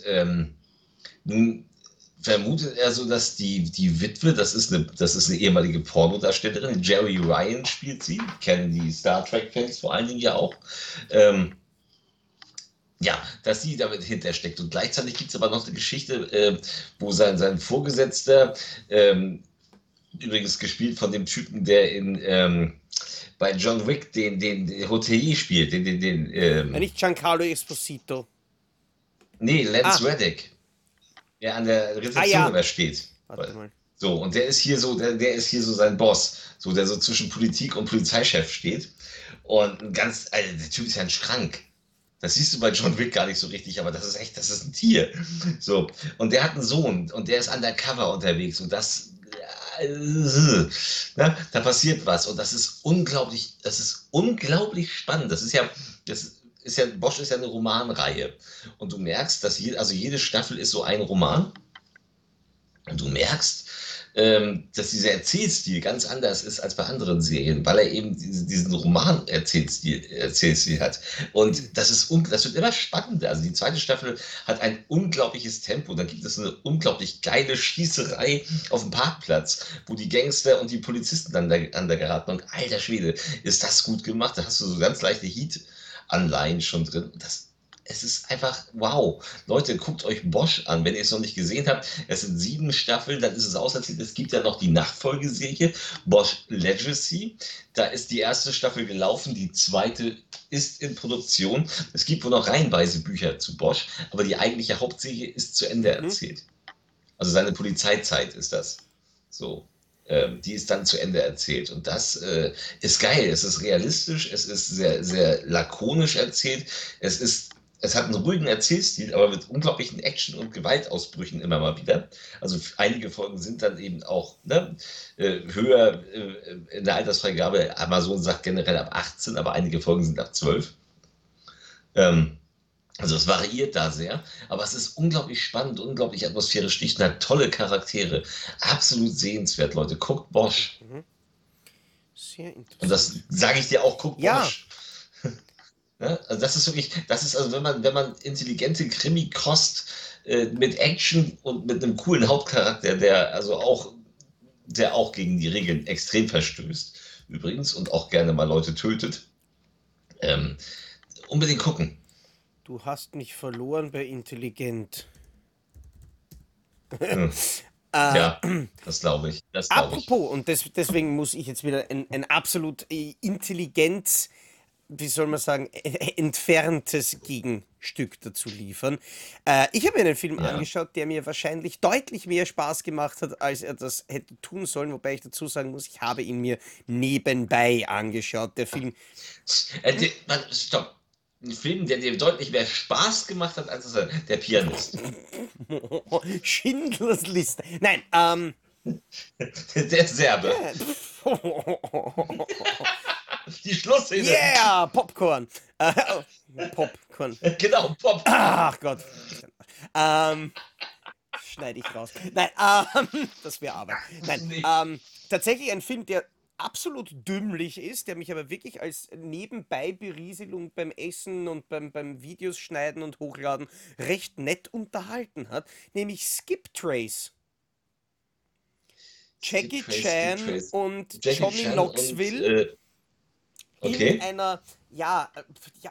Speaker 2: nun vermutet er so, dass die Witwe, das ist eine ehemalige Pornodarstellerin, Jerry Ryan spielt sie, kennen die Star Trek-Fans vor allen Dingen ja auch. Ähm, ja, dass sie damit hintersteckt. Und gleichzeitig gibt es aber noch eine Geschichte, wo sein Vorgesetzter, ähm, übrigens gespielt von dem Typen, der bei John Wick den Hotelier spielt,
Speaker 1: Nicht Giancarlo Esposito.
Speaker 2: nee, Lance
Speaker 1: Ah,
Speaker 2: Reddick, der an der
Speaker 1: ah
Speaker 2: Rezeption
Speaker 1: ja.
Speaker 2: immer steht.
Speaker 1: Warte mal.
Speaker 2: So, und der ist hier so sein Boss, so der so zwischen Politik und Polizeichef steht. Und also der Typ ist ja ein Schrank. Das siehst du bei John Wick gar nicht so richtig, aber das ist ein Tier. So, und der hat einen Sohn und der ist undercover unterwegs und da passiert was und das ist unglaublich spannend. Bosch ist ja eine Romanreihe und du merkst, also jede Staffel ist so ein Roman und du merkst, dass dieser Erzählstil ganz anders ist als bei anderen Serien, weil er eben diesen Roman-Erzählstil hat. Und das wird immer spannender. Also die zweite Staffel hat ein unglaubliches Tempo. Da gibt es eine unglaublich geile Schießerei auf dem Parkplatz, wo die Gangster und die Polizisten an der geraten. Und alter Schwede, ist das gut gemacht. Da hast du so ganz leichte Heat-Anleihen schon drin. Es ist einfach wow. Leute, guckt euch Bosch an, wenn ihr es noch nicht gesehen habt. Es sind 7 Staffeln, dann ist es auserzählt. Es gibt ja noch die Nachfolgeserie Bosch Legacy. Da ist die erste Staffel gelaufen, die zweite ist in Produktion. Es gibt wohl noch reihenweise Bücher zu Bosch, aber die eigentliche Hauptserie ist zu Ende
Speaker 1: Mhm.
Speaker 2: erzählt. Also seine Polizeizeit ist das. So. Die ist dann zu Ende erzählt. Und das ist geil. Es ist realistisch, es ist sehr, sehr lakonisch erzählt. Es hat einen ruhigen Erzählstil, aber mit unglaublichen Action- und Gewaltausbrüchen immer mal wieder. Also einige Folgen sind dann eben auch höher in der Altersfreigabe. Amazon sagt generell ab 18, aber einige Folgen sind ab 12. Ähm, also es variiert da sehr, aber es ist unglaublich spannend, unglaublich atmosphärisch dicht und hat tolle Charaktere. Absolut sehenswert, Leute. Guckt Bosch.
Speaker 1: Mhm. Sehr
Speaker 2: Und das
Speaker 1: interessant.
Speaker 2: sage ich dir auch, guckt
Speaker 1: Ja,
Speaker 2: Bosch. Ne? Also das ist wirklich, das ist also, wenn man intelligente Krimi-Kost mit Action und mit einem coolen Hauptcharakter, der auch gegen die Regeln extrem verstößt, übrigens, und auch gerne mal Leute tötet, ähm, unbedingt gucken.
Speaker 1: du hast mich verloren bei intelligent.
Speaker 2: Hm.
Speaker 1: Äh,
Speaker 2: Ja, das glaube ich. Das glaube ich.
Speaker 1: Apropos, und deswegen muss ich jetzt wieder ein absolut intelligent wie soll man sagen, entferntes Gegenstück dazu liefern. Ich habe mir einen Film
Speaker 2: Ja.
Speaker 1: angeschaut, der mir wahrscheinlich deutlich mehr Spaß gemacht hat, als er das hätte tun sollen, wobei ich dazu sagen muss, ich habe ihn mir nebenbei angeschaut. Der Film
Speaker 2: Stopp. Ein Film, der dir deutlich mehr Spaß gemacht hat als der Pianist.
Speaker 1: Schindlers Liste. Nein,
Speaker 2: Der Serbe. Die Schlussszene.
Speaker 1: yeah, Popcorn. Popcorn.
Speaker 2: Genau, Popcorn.
Speaker 1: Ach Gott. Schneide ich raus. Nein, das wäre Arbeit. Nein,
Speaker 2: Nee.
Speaker 1: tatsächlich ein Film, der absolut dümmlich ist, der mich aber wirklich als Nebenbei-Berieselung beim Essen und beim Videos schneiden und hochladen recht nett unterhalten hat, nämlich Skip Trace.
Speaker 2: Skip
Speaker 1: Jackie
Speaker 2: Trace, Skip
Speaker 1: Chan
Speaker 2: Trace.
Speaker 1: und
Speaker 2: Jackie
Speaker 1: Johnny
Speaker 2: Chan und
Speaker 1: Knoxville in
Speaker 2: okay.
Speaker 1: einer, ja,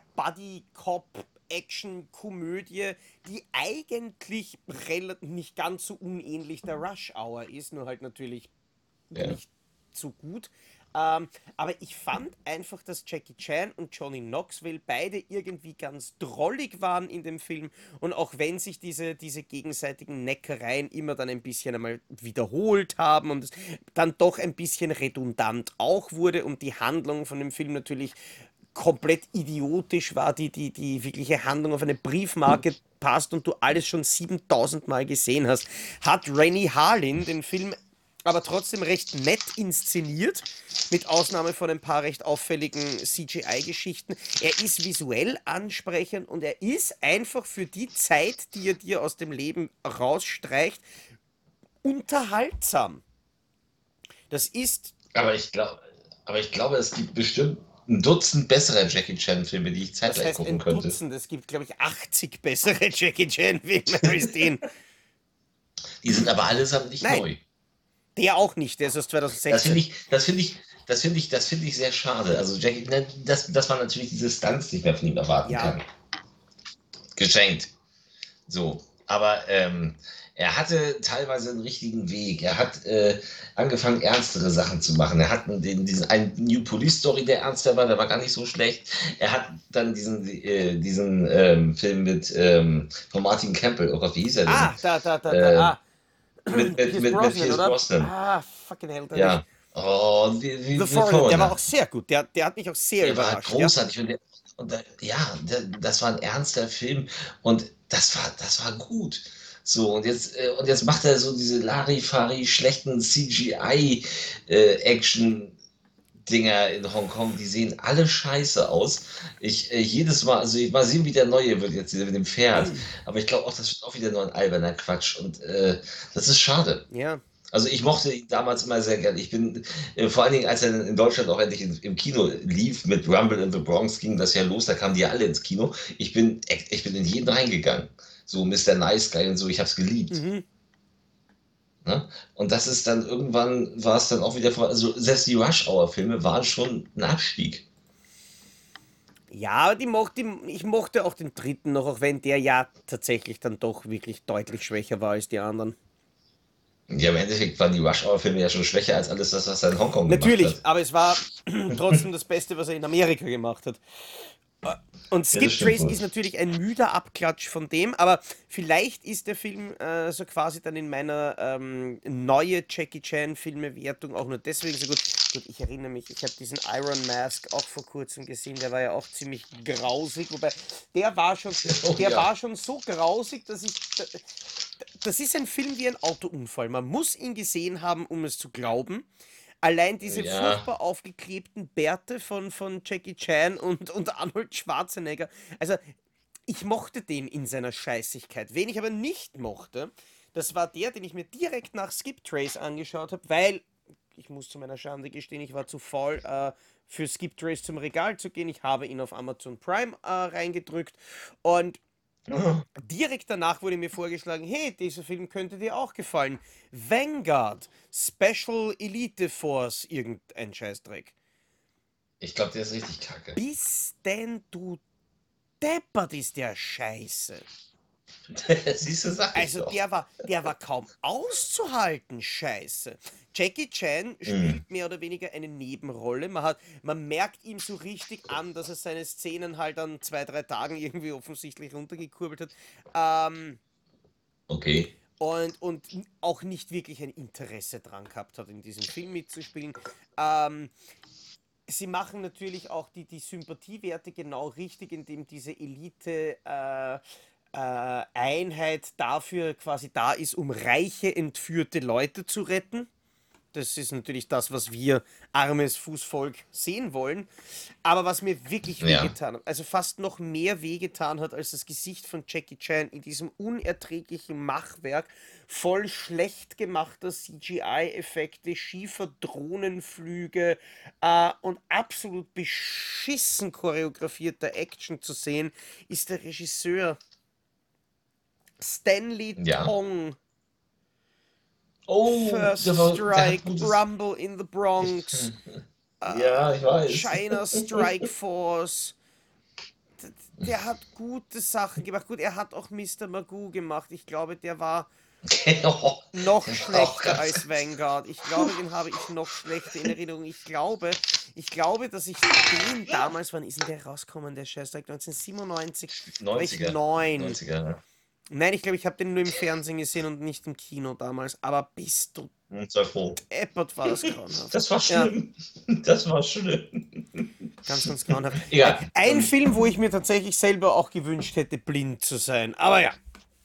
Speaker 1: Buddy-Cop-Action-Komödie, die eigentlich nicht ganz so unähnlich der Rush Hour ist, nur halt natürlich
Speaker 2: Ja.
Speaker 1: nicht so gut. Aber ich fand einfach, dass Jackie Chan und Johnny Knoxville beide irgendwie ganz drollig waren in dem Film. Und auch wenn sich diese gegenseitigen Neckereien immer dann ein bisschen einmal wiederholt haben und es dann doch ein bisschen redundant auch wurde und die Handlung von dem Film natürlich komplett idiotisch war, die wirkliche Handlung auf eine Briefmarke passt und du alles schon 7000 Mal gesehen hast, hat Rennie Harlin den Film aber trotzdem recht nett inszeniert, mit Ausnahme von ein paar recht auffälligen CGI-Geschichten. Er ist visuell ansprechend und er ist einfach für die Zeit, die er dir aus dem Leben rausstreicht, unterhaltsam. Das ist,
Speaker 2: Aber ich glaube, aber ich glaube, es gibt bestimmt ein Dutzend bessere Jackie Chan-Filme, die ich
Speaker 1: was
Speaker 2: zeitgleich
Speaker 1: heißt
Speaker 2: gucken
Speaker 1: ein
Speaker 2: könnte.
Speaker 1: Dutzend? Es gibt, glaube ich, 80 bessere Jackie Chan-Filme als den.
Speaker 2: Die sind aber allesamt nicht
Speaker 1: Nein,
Speaker 2: neu.
Speaker 1: der auch nicht, der ist aus
Speaker 2: Das finde
Speaker 1: 2016.
Speaker 2: ich, das finde ich, das finde ich sehr schade. Also Jackie, ne, das war natürlich diese Stunts, die ich mir von ihm erwarten
Speaker 1: Ja.
Speaker 2: kann. Geschenkt. So. Aber er hatte teilweise einen richtigen Weg. Er hat angefangen, ernstere Sachen zu machen. Er hat diesen einen New Police Story, der ernster war, der war gar nicht so schlecht. Er hat dann diesen Film von Martin Campbell, oh Gott, wie hieß er denn? Äh,
Speaker 1: Pierce
Speaker 2: mit
Speaker 1: Brosnan,
Speaker 2: Pierce
Speaker 1: oder?
Speaker 2: Brosnan.
Speaker 1: Fucking hell, der nicht.
Speaker 2: Ja. Oh,
Speaker 1: The
Speaker 2: The
Speaker 1: Foreigner, der war auch
Speaker 2: Foreigner.
Speaker 1: sehr gut. Der hat mich auch sehr
Speaker 2: Der war
Speaker 1: überrascht, ja.
Speaker 2: großartig ja, das war ein ernster Film und das war gut. So, und jetzt macht er so diese Larifari schlechten CGI-Action-Dinger in Hongkong, die sehen alle scheiße aus. Jedes Mal, also ich mal sehen, wie der neue wird jetzt wieder mit dem Pferd. Aber ich glaube auch, das wird auch wieder nur ein alberner Quatsch und das ist schade.
Speaker 1: Ja.
Speaker 2: Also ich mochte ihn damals immer sehr gerne. Ich bin, vor allen Dingen, als er in Deutschland auch endlich im Kino lief, mit Rumble in the Bronx ging das ja los, da kamen die ja alle ins Kino. Ich bin in jeden reingegangen. So Mr. Nice Guy und so, ich habe es geliebt.
Speaker 1: Mhm.
Speaker 2: Ne? Und das ist dann irgendwann, war es dann auch wieder, also selbst die Rush-Hour-Filme waren schon ein Abstieg.
Speaker 1: Ja, ich mochte auch den dritten noch, auch wenn der ja tatsächlich dann doch wirklich deutlich schwächer war als die anderen.
Speaker 2: Ja, im Endeffekt waren die Rush-Hour-Filme ja schon schwächer als alles das, was er in Hongkong gemacht
Speaker 1: Natürlich,
Speaker 2: hat.
Speaker 1: aber es war trotzdem das Beste, was er in Amerika gemacht hat. Und
Speaker 2: Ja, das
Speaker 1: Skip
Speaker 2: stimmt
Speaker 1: Trace
Speaker 2: wohl.
Speaker 1: ist natürlich ein müder Abklatsch von dem, aber vielleicht ist der Film so quasi dann in meiner neue Jackie Chan Filme-Wertung auch nur deswegen so gut. Gut, ich erinnere mich, ich habe diesen Iron Mask auch vor kurzem gesehen, der war ja auch ziemlich grausig, wobei der war schon,
Speaker 2: Oh
Speaker 1: der
Speaker 2: ja.
Speaker 1: war schon so grausig, das ist ein Film wie ein Autounfall. Man muss ihn gesehen haben, um es zu glauben. Allein diese
Speaker 2: Ja,
Speaker 1: furchtbar aufgeklebten Bärte von Jackie Chan und Arnold Schwarzenegger. Also, ich mochte den in seiner Scheißigkeit. Wen ich aber nicht mochte, das war der, den ich mir direkt nach Skip Trace angeschaut habe, weil, ich muss zu meiner Schande gestehen, ich war zu faul, für Skip Trace zum Regal zu gehen. Ich habe ihn auf Amazon Prime reingedrückt und direkt danach wurde mir vorgeschlagen, hey, dieser Film könnte dir auch gefallen. Vanguard, Special Elite Force, irgendein Scheißdreck.
Speaker 2: ich glaube, der ist richtig kacke.
Speaker 1: Bis denn du deppert ist der Scheiße.
Speaker 2: Siehst du, sag ich
Speaker 1: Also
Speaker 2: doch.
Speaker 1: der war kaum auszuhalten, scheiße. Jackie Chan
Speaker 2: Hm,
Speaker 1: spielt mehr oder weniger eine Nebenrolle. Man merkt ihm so richtig an, dass er seine Szenen halt an 2, 3 Tagen irgendwie offensichtlich runtergekurbelt hat. Ähm,
Speaker 2: okay.
Speaker 1: und auch nicht wirklich ein Interesse dran gehabt hat, in diesem Film mitzuspielen. Ähm, Sie machen natürlich auch die Sympathiewerte genau richtig, indem diese Elite-Einheit dafür quasi da ist, um reiche, entführte Leute zu retten. Das ist natürlich das, was wir armes Fußvolk sehen wollen. Aber was mir wirklich
Speaker 2: Ja.
Speaker 1: wehgetan hat, also fast noch mehr wehgetan hat als das Gesicht von Jackie Chan in diesem unerträglichen Machwerk, voll schlecht gemachter CGI-Effekte, schiefer Drohnenflüge und absolut beschissen choreografierter Action zu sehen, ist der Regisseur Stanley
Speaker 2: Ja.
Speaker 1: Tong.
Speaker 2: Oh,
Speaker 1: First
Speaker 2: der hat
Speaker 1: Strike,
Speaker 2: gutes.
Speaker 1: Rumble in the Bronx,
Speaker 2: Ja, ich weiß.
Speaker 1: China Strike Force. Der hat gute Sachen gemacht. Gut, er hat auch Mr. Magoo gemacht. Ich glaube, der war
Speaker 2: Oh,
Speaker 1: noch
Speaker 2: der war auch
Speaker 1: schlechter
Speaker 2: ganz.
Speaker 1: als Vanguard. Ich glaube, den habe ich noch schlechter in Erinnerung. Ich glaube, dass ich den damals, wann ist denn der rausgekommen, der Scheißdreck? 1997. Da war ich
Speaker 2: 90er.
Speaker 1: 9.
Speaker 2: 90er, ne?
Speaker 1: Nein, ich glaube, ich habe den nur im Fernsehen gesehen und nicht im Kino damals. Aber bist du
Speaker 2: Sei froh.
Speaker 1: deppert, war das grauenhaft.
Speaker 2: Das war
Speaker 1: Ja,
Speaker 2: schlimm. Das war schlimm.
Speaker 1: ganz, ganz grauenhaft. Ein,
Speaker 2: Egal.
Speaker 1: ein Film, wo ich mir tatsächlich selber auch gewünscht hätte, blind zu sein. Aber ja.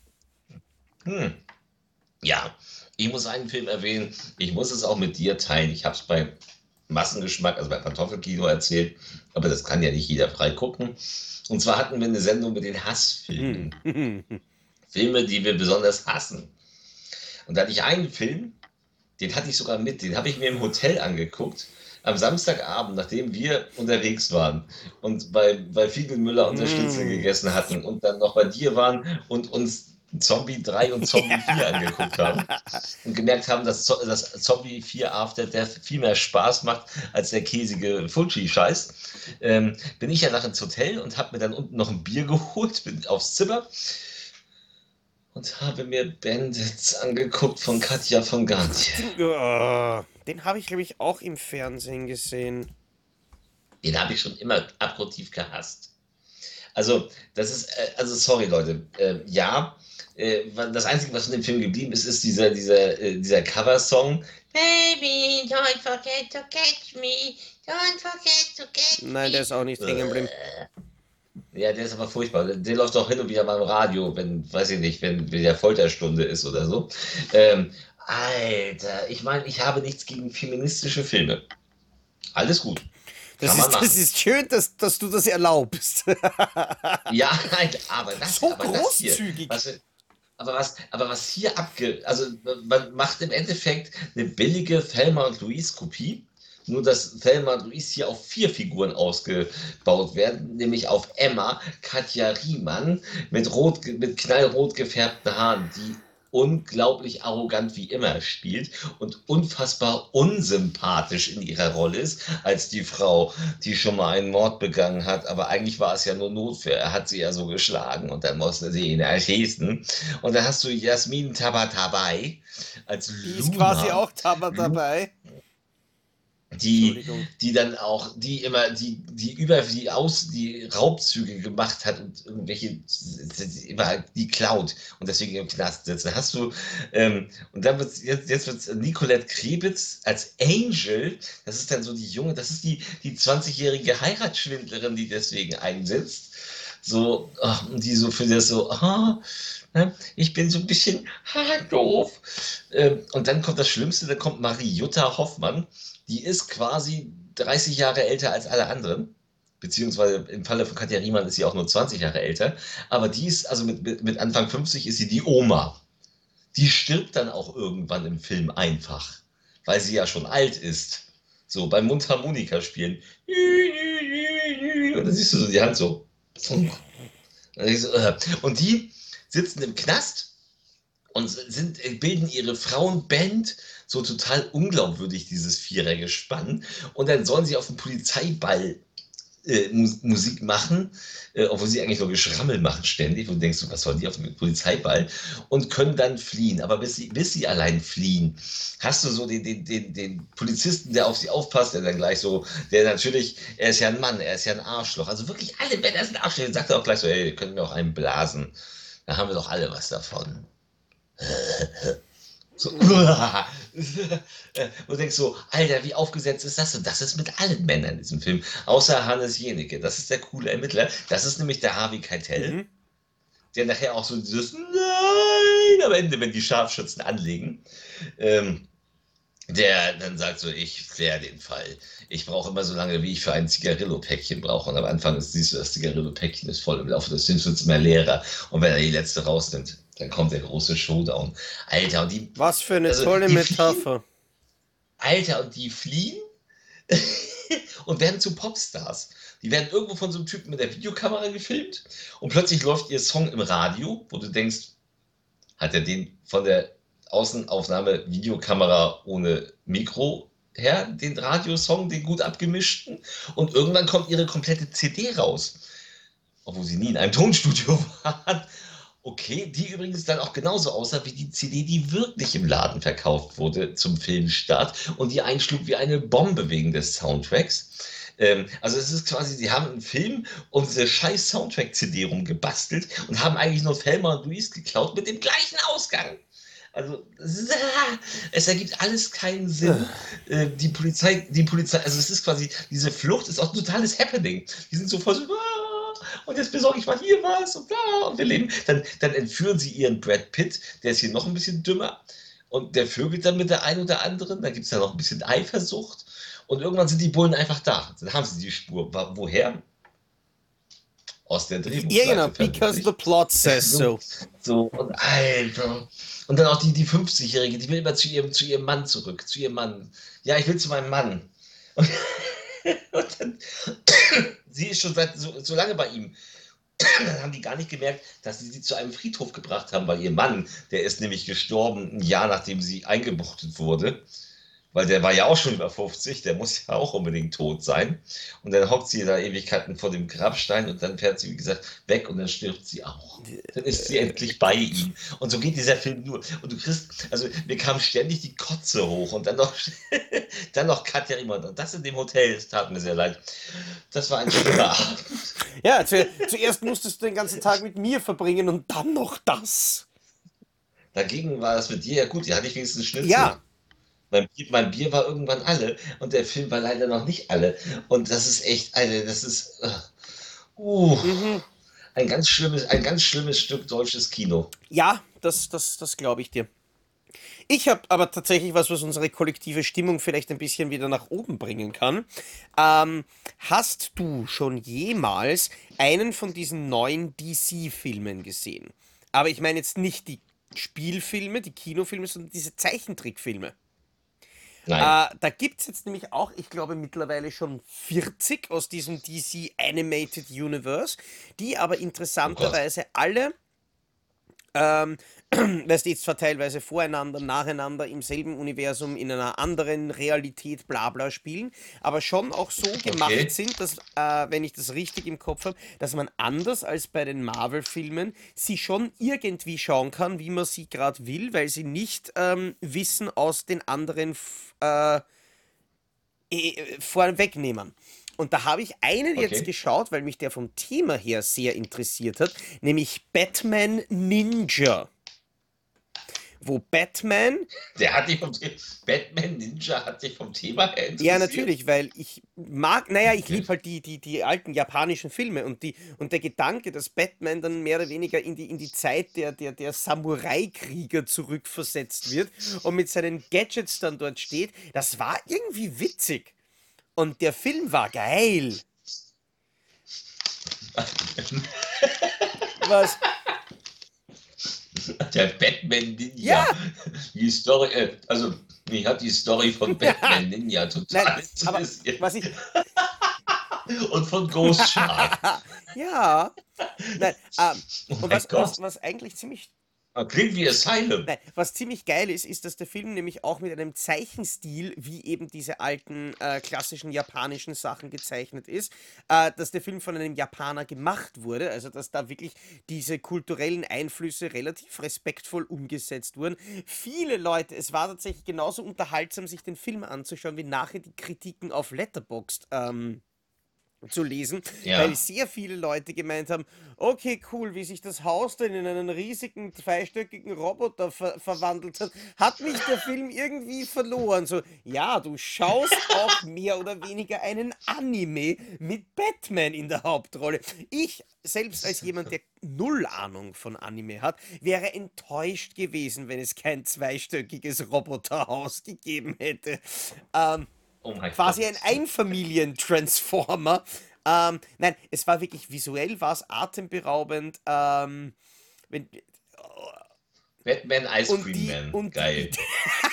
Speaker 2: Hm. Ja, ich muss einen Film erwähnen. Ich muss es auch mit dir teilen. Ich habe es bei Massengeschmack, also bei Pantoffelkino erzählt, aber das kann ja nicht jeder frei gucken. Und zwar hatten wir eine Sendung mit den
Speaker 1: Hm.
Speaker 2: Hassfilmen. Filme, die wir besonders hassen. Und da hatte ich einen Film, den hatte ich sogar mit, den habe ich mir im Hotel angeguckt. Am Samstagabend, nachdem wir unterwegs waren und bei Fiegelmüller unser Schnitzel
Speaker 1: Hm.
Speaker 2: gegessen hatten und dann noch bei dir waren und uns Zombie 3 und Zombie 4 angeguckt haben und gemerkt haben, dass das Zombie 4 After Death viel mehr Spaß macht als der käsige Fulci-Scheiß, bin ich ja nach ins Hotel und habe mir dann unten noch ein Bier geholt, bin aufs Zimmer und habe mir Bandits angeguckt von Katja von Gantje.
Speaker 1: Den habe ich, glaube ich, auch im Fernsehen gesehen.
Speaker 2: Den habe ich schon immer abgrundtief gehasst. Also, das ist, also sorry Leute, ja, das Einzige, was von dem Film geblieben ist, ist dieser Coversong. Baby, don't forget to catch me, don't forget to catch
Speaker 1: Nein, der
Speaker 2: me.
Speaker 1: ist auch nicht hängen geblieben.
Speaker 2: Ja, der ist aber furchtbar. Der läuft auch hin und wieder mal im Radio, wenn, weiß ich nicht, wenn wieder Folterstunde ist oder so. Alter, ich meine, ich habe nichts gegen feministische Filme. Alles gut.
Speaker 1: Das
Speaker 2: Kann man
Speaker 1: ist, das
Speaker 2: machen.
Speaker 1: ist schön, dass du das erlaubst.
Speaker 2: Ja, nein,
Speaker 1: So
Speaker 2: aber das hier,
Speaker 1: großzügig.
Speaker 2: aber was hier also man macht im Endeffekt eine billige Thelma und Louise Kopie, nur dass Thelma und Louise hier auf 4 Figuren ausgebaut werden, nämlich auf Emma, Katja Riemann mit knallrot gefärbten Haaren, die unglaublich arrogant wie immer spielt und unfassbar unsympathisch in ihrer Rolle ist, als die Frau, die schon mal einen Mord begangen hat, aber eigentlich war es ja nur Notwehr. Er hat sie ja so geschlagen und dann musste sie ihn erschießen. Und dann hast du Jasmin Tabatabai als
Speaker 1: Die ist quasi
Speaker 2: Luna.
Speaker 1: auch
Speaker 2: Lu
Speaker 1: dabei.
Speaker 2: die,
Speaker 1: Entschuldigung.
Speaker 2: die dann auch, die immer, die über die Raubzüge gemacht hat und irgendwelche, immer die klaut und deswegen im Knast sitzt. Da hast du, und dann wird jetzt wird's Nicolette Krebitz als Angel, das ist dann so die junge, das ist die 20-jährige Heiratsschwindlerin, die deswegen einsetzt. So, und die so für das so, ich bin so ein bisschen doof. Und dann kommt das Schlimmste, dann kommt Marie-Jutta Hoffmann, die ist quasi 30 Jahre älter als alle anderen. Beziehungsweise im Falle von Katja Riemann ist sie auch nur 20 Jahre älter. Aber die ist, also mit Anfang 50 ist sie die Oma. Die stirbt dann auch irgendwann im Film einfach, weil sie ja schon alt ist. So beim Mundharmonika spielen. Und dann siehst du so die Hand so. Und die sitzen im Knast und bilden ihre Frauenband, so total unglaubwürdig, dieses Vierergespann. Und dann sollen sie auf den Polizeiball Musik machen, obwohl sie eigentlich nur Geschrammel machen ständig, wo du denkst, was soll die auf dem Polizeiball, und können dann fliehen. Aber bis sie allein fliehen, hast du so den Polizisten, der auf sie aufpasst, der dann gleich so, der natürlich, er ist ja ein Mann, er ist ja ein Arschloch. Also wirklich alle Männer sind Arschloch. Dann sagt er auch gleich so, ey, ihr könnt mir auch einen blasen. Da haben wir doch alle was davon. So, und du denkst so, Alter, wie aufgesetzt ist das? Und das ist mit allen Männern in diesem Film, außer Hannes Jenecke. Das ist der coole Ermittler. Das ist nämlich der Harvey Keitel,
Speaker 1: Mhm.
Speaker 2: der nachher auch so dieses Nein am Ende, wenn die Scharfschützen anlegen, ähm, der dann sagt so, ich kläre den Fall. Ich brauche immer so lange, wie ich für ein Zigarillo-Päckchen brauche. Und am Anfang siehst du, das Zigarillo-Päckchen ist voll. Im Laufe des Films wird es immer leerer. Und wenn er die letzte rausnimmt, dann kommt der große Showdown. Alter, und
Speaker 1: Was für eine
Speaker 2: also
Speaker 1: tolle
Speaker 2: die fliehen,
Speaker 1: Metapher.
Speaker 2: Alter, und die fliehen und werden zu Popstars. Die werden irgendwo von so einem Typen mit der Videokamera gefilmt und plötzlich läuft ihr Song im Radio, wo du denkst, hat er den von der Außenaufnahme Videokamera ohne Mikro her, den Radiosong, den gut abgemischten? Und irgendwann kommt ihre komplette CD raus, obwohl sie nie in einem Tonstudio waren. Okay, die übrigens dann auch genauso aussah wie die CD, die wirklich im Laden verkauft wurde zum Filmstart und die einschlug wie eine Bombe wegen des Soundtracks. Also es ist quasi, sie haben einen Film um diese scheiß Soundtrack-CD rumgebastelt und haben eigentlich nur Thelma und Louise geklaut mit dem gleichen Ausgang. Also es ergibt alles keinen Sinn. Die Polizei, also es ist quasi, diese Flucht ist auch ein totales Happening. Die sind so voll so, und jetzt besorge ich mal hier was und bla und wir leben. Dann entführen sie ihren Brad Pitt, der ist hier noch ein bisschen dümmer und der vögelt dann mit der einen oder anderen. Dann gibt es da noch ein bisschen Eifersucht und irgendwann sind die Bullen einfach da. Dann haben sie die Spur. Woher? Aus der
Speaker 1: Ja, genau,
Speaker 2: Drehbuchseite
Speaker 1: because the
Speaker 2: vermutlich.
Speaker 1: plot says
Speaker 2: So,
Speaker 1: so.
Speaker 2: so, und Alter. Und dann auch die 50-Jährige, die will immer zu ihrem Mann zurück, zu ihrem Mann. Ja, ich will zu meinem Mann. Und, und dann, sie ist schon seit so lange bei ihm. Dann haben die gar nicht gemerkt, dass sie zu einem Friedhof gebracht haben, weil ihr Mann, der ist nämlich gestorben ein Jahr nachdem sie eingebuchtet wurde. Weil der war ja auch schon über 50, der muss ja auch unbedingt tot sein. Und dann hockt sie da Ewigkeiten vor dem Grabstein und dann fährt sie, wie gesagt, weg und dann stirbt sie auch. Dann ist sie endlich bei ihm. Und so geht dieser Film nur. Und du kriegst, also mir kam ständig die Kotze hoch und dann noch, dann noch Katja Immert. Und das in dem Hotel, es tat mir sehr leid. Das war ein schlimmer Abend.
Speaker 1: Ja, zuerst musstest du den ganzen Tag mit mir verbringen und dann noch das.
Speaker 2: Dagegen war das mit dir ja gut, die hatte ich wenigstens Schnitzel.
Speaker 1: Ja.
Speaker 2: Mein Bier war irgendwann alle und der Film war leider noch nicht alle. Und das ist echt, Alter, das ist uh,
Speaker 1: Mhm.
Speaker 2: ein ganz schlimmes Stück deutsches Kino.
Speaker 1: Ja, das glaube ich dir. Ich habe aber tatsächlich was unsere kollektive Stimmung vielleicht ein bisschen wieder nach oben bringen kann. Hast du schon jemals einen von diesen neuen DC-Filmen gesehen? Aber ich meine jetzt nicht die Spielfilme, die Kinofilme, sondern diese Zeichentrickfilme.
Speaker 2: Nein.
Speaker 1: Da gibt es jetzt nämlich auch, ich glaube, mittlerweile schon 40 aus diesem DC Animated Universe, die aber
Speaker 2: Oh Gott.
Speaker 1: interessanterweise alle ähm, weißt du, jetzt zwar teilweise voreinander, nacheinander im selben Universum, in einer anderen Realität, bla bla spielen, aber schon auch so gemacht
Speaker 2: Okay.
Speaker 1: sind, dass, wenn ich das richtig im Kopf habe, dass man anders als bei den Marvel-Filmen sie schon irgendwie schauen kann, wie man sie gerade will, weil sie nicht Wissen aus den anderen vorwegnehmen. Und da habe ich einen jetzt
Speaker 2: Okay.
Speaker 1: geschaut, weil mich der vom Thema her sehr interessiert hat, nämlich Batman Ninja, wo Batman,
Speaker 2: Der hat dich vom Batman Ninja hat dich vom Thema her
Speaker 1: ja
Speaker 2: interessiert?
Speaker 1: natürlich, weil ich mag, naja, ich
Speaker 2: Okay.
Speaker 1: liebe halt die alten japanischen Filme und der Gedanke, dass Batman dann mehr oder weniger in die Zeit der Samurai-Krieger zurückversetzt wird und mit seinen Gadgets dann dort steht, das war irgendwie witzig. Und der Film war geil. Was?
Speaker 2: Der Batman
Speaker 1: Ja,
Speaker 2: Ninja. Die Story, also mich hat die Story von Batman Ninja
Speaker 1: nein,
Speaker 2: total
Speaker 1: aber
Speaker 2: interessiert.
Speaker 1: was ich.
Speaker 2: Und von Ghost Shark.
Speaker 1: Ja, nein,
Speaker 2: Oh
Speaker 1: und
Speaker 2: mein
Speaker 1: was, was,
Speaker 2: Gott.
Speaker 1: was eigentlich ziemlich
Speaker 2: Klingt wie Asylum.
Speaker 1: Nein, was ziemlich geil ist, ist, dass der Film nämlich auch mit einem Zeichenstil, wie eben diese alten klassischen japanischen Sachen gezeichnet ist, dass der Film von einem Japaner gemacht wurde, also dass da wirklich diese kulturellen Einflüsse relativ respektvoll umgesetzt wurden. Viele Leute, es war tatsächlich genauso unterhaltsam, sich den Film anzuschauen, wie nachher die Kritiken auf Letterboxd zu lesen, weil
Speaker 2: Ja.
Speaker 1: sehr viele Leute gemeint haben, okay, cool, wie sich das Haus dann in einen riesigen, zweistöckigen Roboter verwandelt hat, hat mich der Film irgendwie verloren. So, ja, du schaust auch mehr oder weniger einen Anime mit Batman in der Hauptrolle. Ich, selbst als jemand, der null Ahnung von Anime hat, wäre enttäuscht gewesen, wenn es kein zweistöckiges Roboterhaus gegeben hätte. Ähm,
Speaker 2: Oh mein
Speaker 1: Quasi ein
Speaker 2: Gott.
Speaker 1: Einfamilien-Transformer. Nein, es war wirklich visuell, war es atemberaubend. Wenn,
Speaker 2: Batman Ice
Speaker 1: und
Speaker 2: Cream
Speaker 1: die,
Speaker 2: Man.
Speaker 1: und die
Speaker 2: Geil.
Speaker 1: Idee,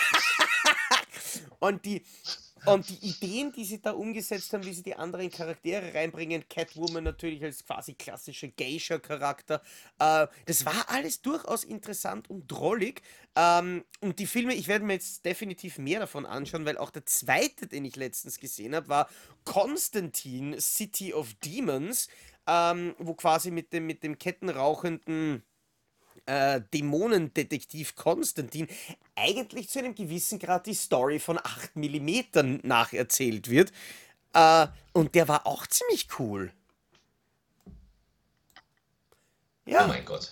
Speaker 1: und die, und die Ideen, die sie da umgesetzt haben, wie sie die anderen Charaktere reinbringen, Catwoman natürlich als quasi klassischer Geisha-Charakter, das war alles durchaus interessant und drollig. Und die Filme, ich werde mir jetzt definitiv mehr davon anschauen, weil auch der zweite, den ich letztens gesehen habe, war Constantine, City of Demons, wo quasi mit dem kettenrauchenden Dämonendetektiv Konstantin eigentlich zu einem gewissen Grad die Story von 8 Millimetern nacherzählt wird. Und der war auch ziemlich cool.
Speaker 2: Oh
Speaker 1: Ja,
Speaker 2: mein Gott.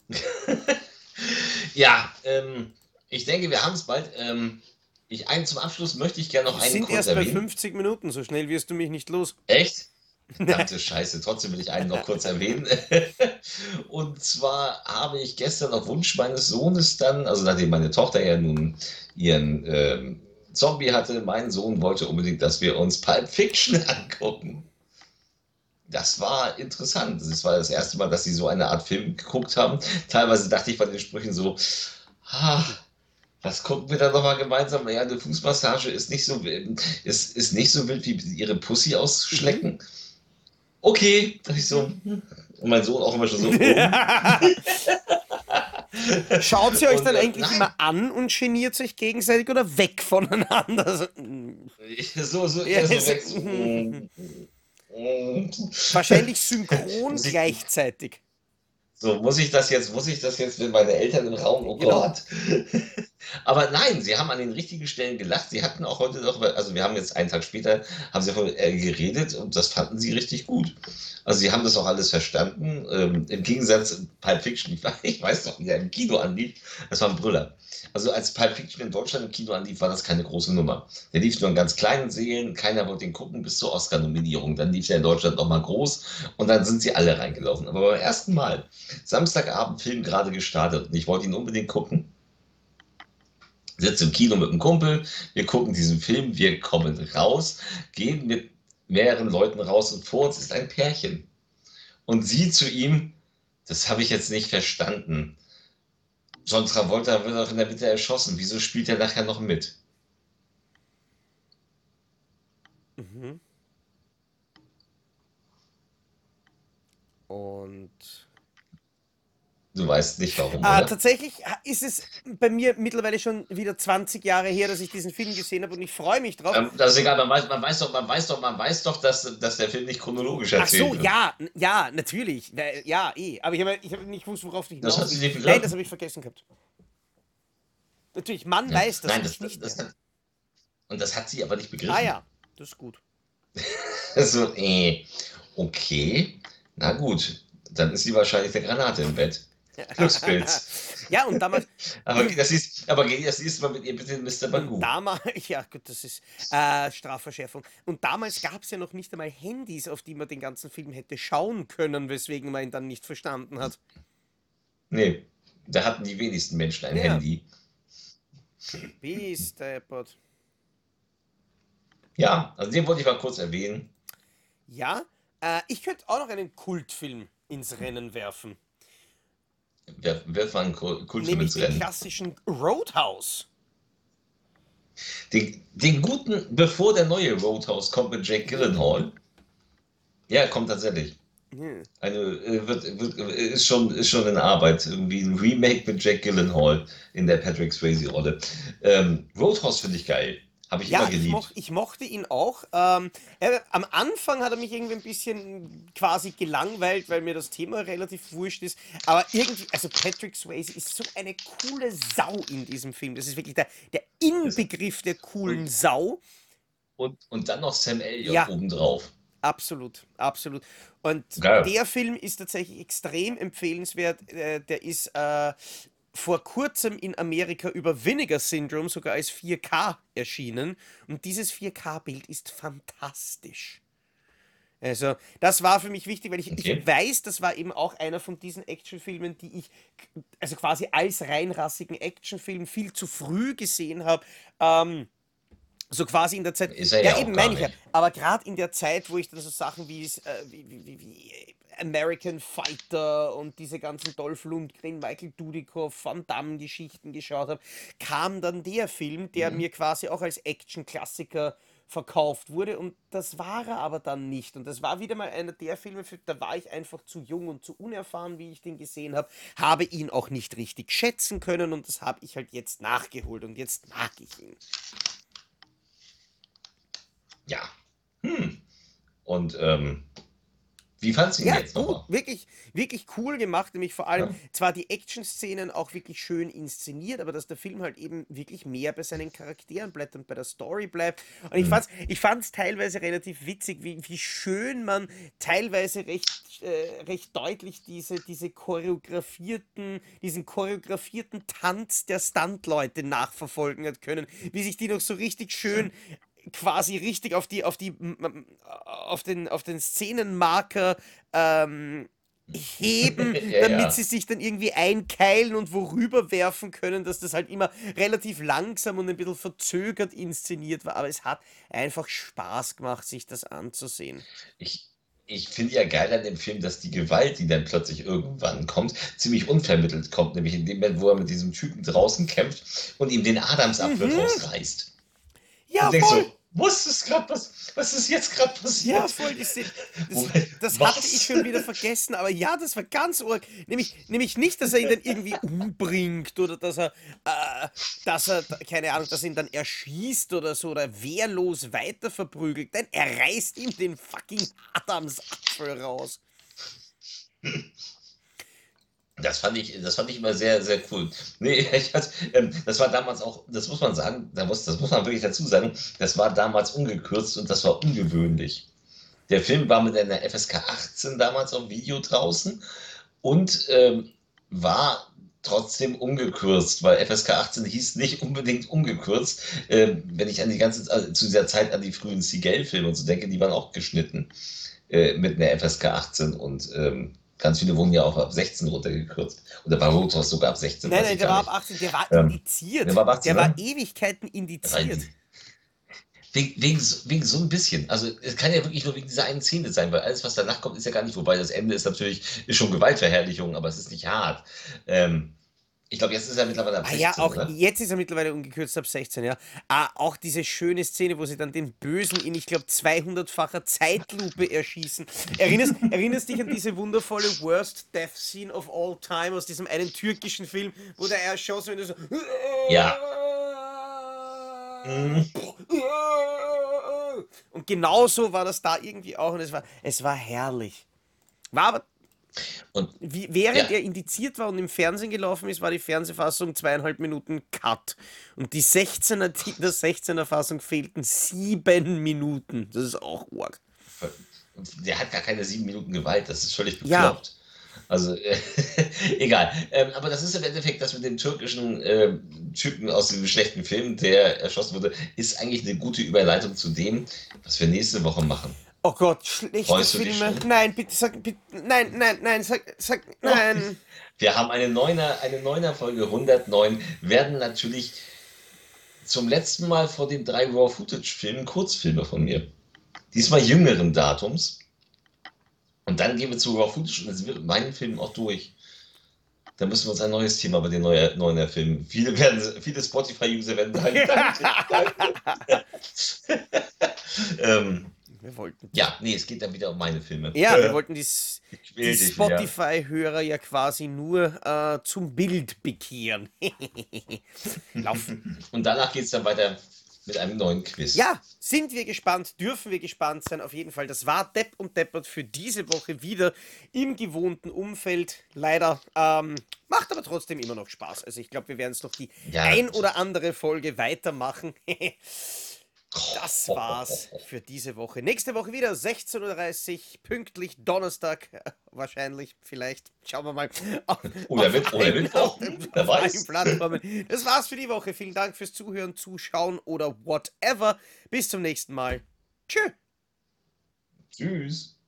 Speaker 2: Ja, ich denke, wir haben es bald. Zum Abschluss möchte ich gerne noch
Speaker 1: wir
Speaker 2: einen
Speaker 1: sind
Speaker 2: kurz
Speaker 1: erst bei
Speaker 2: erwähnen.
Speaker 1: 50 Minuten, so schnell wirst du mich nicht los.
Speaker 2: Echt? Verdammte Scheiße, trotzdem will ich einen noch kurz erwähnen. Und zwar habe ich gestern auf Wunsch meines Sohnes dann, also nachdem meine Tochter ja nun ihren Zombie hatte, mein Sohn wollte unbedingt, dass wir uns Pulp Fiction angucken. Das war interessant. Das war das erste Mal, dass sie so eine Art Film geguckt haben. Teilweise dachte ich bei den Sprüchen so, ah, was gucken wir da nochmal gemeinsam? Ja, eine Fußmassage ist nicht so wild, ist nicht so wild wie ihre Pussy
Speaker 1: Mhm.
Speaker 2: ausschlecken. Okay, dachte ich so. Und mein Sohn auch immer schon so,
Speaker 1: Schaut sie euch
Speaker 2: Und
Speaker 1: dann eigentlich
Speaker 2: nein,
Speaker 1: immer an und geniert euch gegenseitig oder weg voneinander? So,
Speaker 2: so
Speaker 1: ja,
Speaker 2: eher so weg, so. Mm.
Speaker 1: wahrscheinlich synchron
Speaker 2: Muss ich,
Speaker 1: gleichzeitig.
Speaker 2: so, muss ich das jetzt, wenn meine Eltern im Raum, oh
Speaker 1: Genau.
Speaker 2: Gott. Aber nein, sie haben an den richtigen Stellen gelacht. Sie hatten auch heute noch, also wir haben jetzt einen Tag später, haben sie davon geredet und das fanden sie richtig gut. Also sie haben das auch alles verstanden. Im Gegensatz Pulp Fiction, ich weiß noch, wie der im Kino anlief, das war ein Brüller. Also als Pulp Fiction in Deutschland im Kino anlief, war das keine große Nummer. Der lief nur in ganz kleinen Sälen, keiner wollte den gucken bis zur Oscar-Nominierung. Dann lief der in Deutschland nochmal groß und dann sind sie alle reingelaufen. Aber beim ersten Mal, Samstagabend Film gerade gestartet und ich wollte ihn unbedingt gucken, sitze im Kino mit einem Kumpel, wir gucken diesen Film, wir kommen raus, gehen mit mehreren Leuten raus und vor uns ist ein Pärchen. Und sie zu ihm, das habe ich jetzt nicht verstanden. John Travolta wird auch in der Mitte erschossen. Wieso spielt er nachher noch mit?
Speaker 1: Mhm. Und
Speaker 2: Du weißt nicht warum, oder?
Speaker 1: tatsächlich ist es bei mir mittlerweile schon wieder 20 Jahre her, dass ich diesen Film gesehen habe und ich freue mich drauf.
Speaker 2: Das ist egal, man weiß doch, dass der Film nicht chronologisch
Speaker 1: Ach so,
Speaker 2: erzählt wird.
Speaker 1: ja, ja, natürlich. Ja, eh. Aber ich hab nicht gewusst, worauf du
Speaker 2: Das
Speaker 1: hinaus
Speaker 2: hast du
Speaker 1: willst.
Speaker 2: nicht
Speaker 1: Nein, das
Speaker 2: begriffen.
Speaker 1: habe ich vergessen gehabt. Natürlich, Mann
Speaker 2: Ja.
Speaker 1: weiß das,
Speaker 2: Nein,
Speaker 1: ich nicht mehr.
Speaker 2: und das hat sie aber nicht
Speaker 1: Ah
Speaker 2: begriffen.
Speaker 1: ja, das ist gut.
Speaker 2: So, okay, na gut, dann ist sie wahrscheinlich der Granate im Bett. Glückspilz.
Speaker 1: Ja, und damals,
Speaker 2: Aber geh das nächste Mal mit ihr bitte in Mr.
Speaker 1: und
Speaker 2: Magoo.
Speaker 1: damals, ja gut, das ist Strafverschärfung. Und damals gab es ja noch nicht einmal Handys, auf die man den ganzen Film hätte schauen können, weswegen man ihn dann nicht verstanden hat.
Speaker 2: Nee, da hatten die wenigsten Menschen ein
Speaker 1: Ja,
Speaker 2: Handy.
Speaker 1: bis deppert.
Speaker 2: Ja, also den wollte ich mal kurz erwähnen.
Speaker 1: Ja, ich könnte auch noch einen Kultfilm ins Rennen werfen.
Speaker 2: Wer war ein Kultfilm
Speaker 1: Nämlich
Speaker 2: ins
Speaker 1: den
Speaker 2: Rennen?
Speaker 1: klassischen Roadhouse.
Speaker 2: Den guten, bevor der neue Roadhouse kommt mit Jake
Speaker 1: Mhm.
Speaker 2: Gyllenhaal. Ja, kommt tatsächlich.
Speaker 1: Hm.
Speaker 2: Ist schon in Arbeit. Irgendwie ein Remake mit Jack Gyllenhaal in der Patrick Swayze-Rolle. Roadhouse finde ich geil. Habe ich immer
Speaker 1: Ja,
Speaker 2: geliebt.
Speaker 1: ich mochte ihn auch. Am Anfang hat er mich irgendwie ein bisschen quasi gelangweilt, weil mir das Thema relativ wurscht ist. Aber irgendwie, also Patrick Swayze ist so eine coole Sau in diesem Film. Das ist wirklich der
Speaker 2: Also,
Speaker 1: Inbegriff der coolen
Speaker 2: und,
Speaker 1: Sau.
Speaker 2: und dann noch Sam Elliott
Speaker 1: Ja,
Speaker 2: obendrauf.
Speaker 1: absolut, absolut. Und
Speaker 2: Geil.
Speaker 1: der Film ist tatsächlich extrem empfehlenswert. Der ist vor kurzem in Amerika über Vinegar Syndrome sogar als 4K erschienen. Und dieses 4K-Bild ist fantastisch. Also, das war für mich wichtig, weil ich
Speaker 2: Okay.
Speaker 1: weiß, das war eben auch einer von diesen Actionfilmen, die ich also quasi als reinrassigen Actionfilm viel zu früh gesehen habe. Ähm, so quasi in der Zeit,
Speaker 2: Ist er
Speaker 1: ja
Speaker 2: ja auch
Speaker 1: eben
Speaker 2: gar
Speaker 1: meine ich ja,
Speaker 2: nicht.
Speaker 1: aber gerade in der Zeit, wo ich dann so Sachen wie American Fighter und diese ganzen Dolph Lundgren, Michael Dudikoff, Van Damme-Geschichten geschaut habe, kam dann der Film, der
Speaker 2: Mhm.
Speaker 1: mir quasi auch als Action-Klassiker verkauft wurde und das war er aber dann nicht und das war wieder mal einer der Filme, da war ich einfach zu jung und zu unerfahren, wie ich den gesehen habe ihn auch nicht richtig schätzen können und das habe ich halt jetzt nachgeholt und jetzt mag ich ihn.
Speaker 2: Ja. Hm. Und wie fandst du ihn
Speaker 1: Ja,
Speaker 2: jetzt
Speaker 1: gut,
Speaker 2: nochmal?
Speaker 1: wirklich, wirklich cool gemacht, nämlich vor allem
Speaker 2: Ja.
Speaker 1: zwar die Action-Szenen auch wirklich schön inszeniert, aber dass der Film halt eben wirklich mehr bei seinen Charakteren bleibt und bei der Story bleibt. Und
Speaker 2: Hm.
Speaker 1: ich fand's teilweise relativ witzig, wie schön man teilweise recht deutlich diesen choreografierten Tanz der Stuntleute nachverfolgen hat können, wie sich die noch so richtig schön quasi richtig auf den Szenenmarker ähm, heben,
Speaker 2: Ja,
Speaker 1: damit sie
Speaker 2: ja.
Speaker 1: sich dann irgendwie einkeilen und worüber werfen können, dass das halt immer relativ langsam und ein bisschen verzögert inszeniert war. Aber es hat einfach Spaß gemacht, sich das anzusehen.
Speaker 2: Ich, ich finde ja geil an dem Film, dass die Gewalt, die dann plötzlich irgendwann kommt, ziemlich unvermittelt kommt, nämlich in dem Moment, wo er mit diesem Typen draußen kämpft und ihm den Adamsapfel
Speaker 1: Mhm.
Speaker 2: rausreißt.
Speaker 1: Ja,
Speaker 2: Und denkst
Speaker 1: voll.
Speaker 2: so, was ist jetzt gerade
Speaker 1: Ja,
Speaker 2: passiert?
Speaker 1: voll,
Speaker 2: Moment,
Speaker 1: das hatte ich
Speaker 2: was?
Speaker 1: schon wieder vergessen, aber ja, das war ganz arg. Nämlich nicht, dass er ihn dann irgendwie umbringt oder keine Ahnung, dass er ihn dann erschießt oder so oder wehrlos weiter verprügelt. Nein, er reißt ihm den fucking Adamsapfel raus.
Speaker 2: Das fand ich immer sehr, sehr cool. Nee, das war damals auch, das muss man sagen, das muss man wirklich dazu sagen, das war damals ungekürzt und das war ungewöhnlich. Der Film war mit einer FSK 18 damals auf Video draußen und war trotzdem ungekürzt, weil FSK 18 hieß nicht unbedingt ungekürzt. Wenn ich also zu dieser Zeit an die frühen Seagal-Filme und so denke, die waren auch geschnitten mit einer FSK 18 und ganz viele wurden ja auch ab 16 runtergekürzt. Oder bei Rotos sogar ab 16,
Speaker 1: Nein,
Speaker 2: weiß
Speaker 1: nein,
Speaker 2: ich
Speaker 1: der
Speaker 2: gar
Speaker 1: war ab
Speaker 2: nicht.
Speaker 1: 18, der war
Speaker 2: Der
Speaker 1: indiziert.
Speaker 2: war ab 18,
Speaker 1: Der war
Speaker 2: ne?
Speaker 1: Ewigkeiten indiziert.
Speaker 2: Wegen so ein bisschen. Also es kann ja wirklich nur wegen dieser einen Szene sein, weil alles, was danach kommt, ist ja gar nicht, wobei das Ende ist natürlich, ist schon Gewaltverherrlichung, aber es ist nicht hart. Ähm, Ich glaube, jetzt ist er mittlerweile ab
Speaker 1: Ah ja,
Speaker 2: 16,
Speaker 1: auch
Speaker 2: oder?
Speaker 1: jetzt ist er mittlerweile ungekürzt ab 16, ja. Ah, auch diese schöne Szene, wo sie dann den Bösen in, ich glaube, 200-facher Zeitlupe erschießen. Erinnerst dich an diese wundervolle Worst Death Scene of all time aus diesem einen türkischen Film, wo der erschossen wird und so.
Speaker 2: Ja. Mhm.
Speaker 1: Und genauso war das da irgendwie auch und es war herrlich. War aber
Speaker 2: Und ja,
Speaker 1: Während er indiziert war und im Fernsehen gelaufen ist, war die Fernsehfassung 2,5 Minuten Cut. Und in der 16er Fassung fehlten 7 Minuten. Das ist auch arg.
Speaker 2: der hat gar keine 7 Minuten Gewalt, das ist völlig
Speaker 1: Ja,
Speaker 2: bekloppt. Also, egal. Aber das ist im Endeffekt das mit dem türkischen Typen aus dem schlechten Film, der erschossen wurde, ist eigentlich eine gute Überleitung zu dem, was wir nächste Woche machen.
Speaker 1: oh Gott, schlechte
Speaker 2: Freust du dich
Speaker 1: Filme.
Speaker 2: schon?
Speaker 1: Nein, bitte nein,
Speaker 2: Doch,
Speaker 1: nein.
Speaker 2: wir haben eine Neuner Folge 109, werden natürlich zum letzten Mal vor den 3 Raw-Footage-Filmen Kurzfilme von mir. Diesmal jüngeren Datums. Und dann gehen wir zu Raw-Footage und dann sind wir mit meinen Filmen auch durch. Da müssen wir uns ein neues Thema bei den neuen erfinden. Viele Spotify-User werden sagen, danke, danke. ähm,
Speaker 1: Wir wollten
Speaker 2: Ja, nee, es geht dann wieder um meine Filme.
Speaker 1: Ja, wir wollten
Speaker 2: Ich
Speaker 1: die
Speaker 2: quäl dich wieder.
Speaker 1: Spotify-Hörer ja quasi nur zum Bild bekehren. Lauf.
Speaker 2: Und danach geht es dann weiter mit einem neuen Quiz.
Speaker 1: Ja, sind wir gespannt, dürfen wir gespannt sein. Auf jeden Fall, das war Depp und Deppert für diese Woche wieder im gewohnten Umfeld. Leider macht aber trotzdem immer noch Spaß. Also ich glaube, wir werden es noch die
Speaker 2: Ja.
Speaker 1: ein oder andere Folge weitermachen. Das war's für diese Woche. Nächste Woche wieder 16:30 Uhr, pünktlich Donnerstag, wahrscheinlich, vielleicht. Schauen wir mal.
Speaker 2: Oder Mittwoch, wer weiß.
Speaker 1: Plattformen. Das war's für die Woche. Vielen Dank fürs Zuhören, Zuschauen oder whatever. Bis zum nächsten Mal. Tschö.
Speaker 2: Tschüss.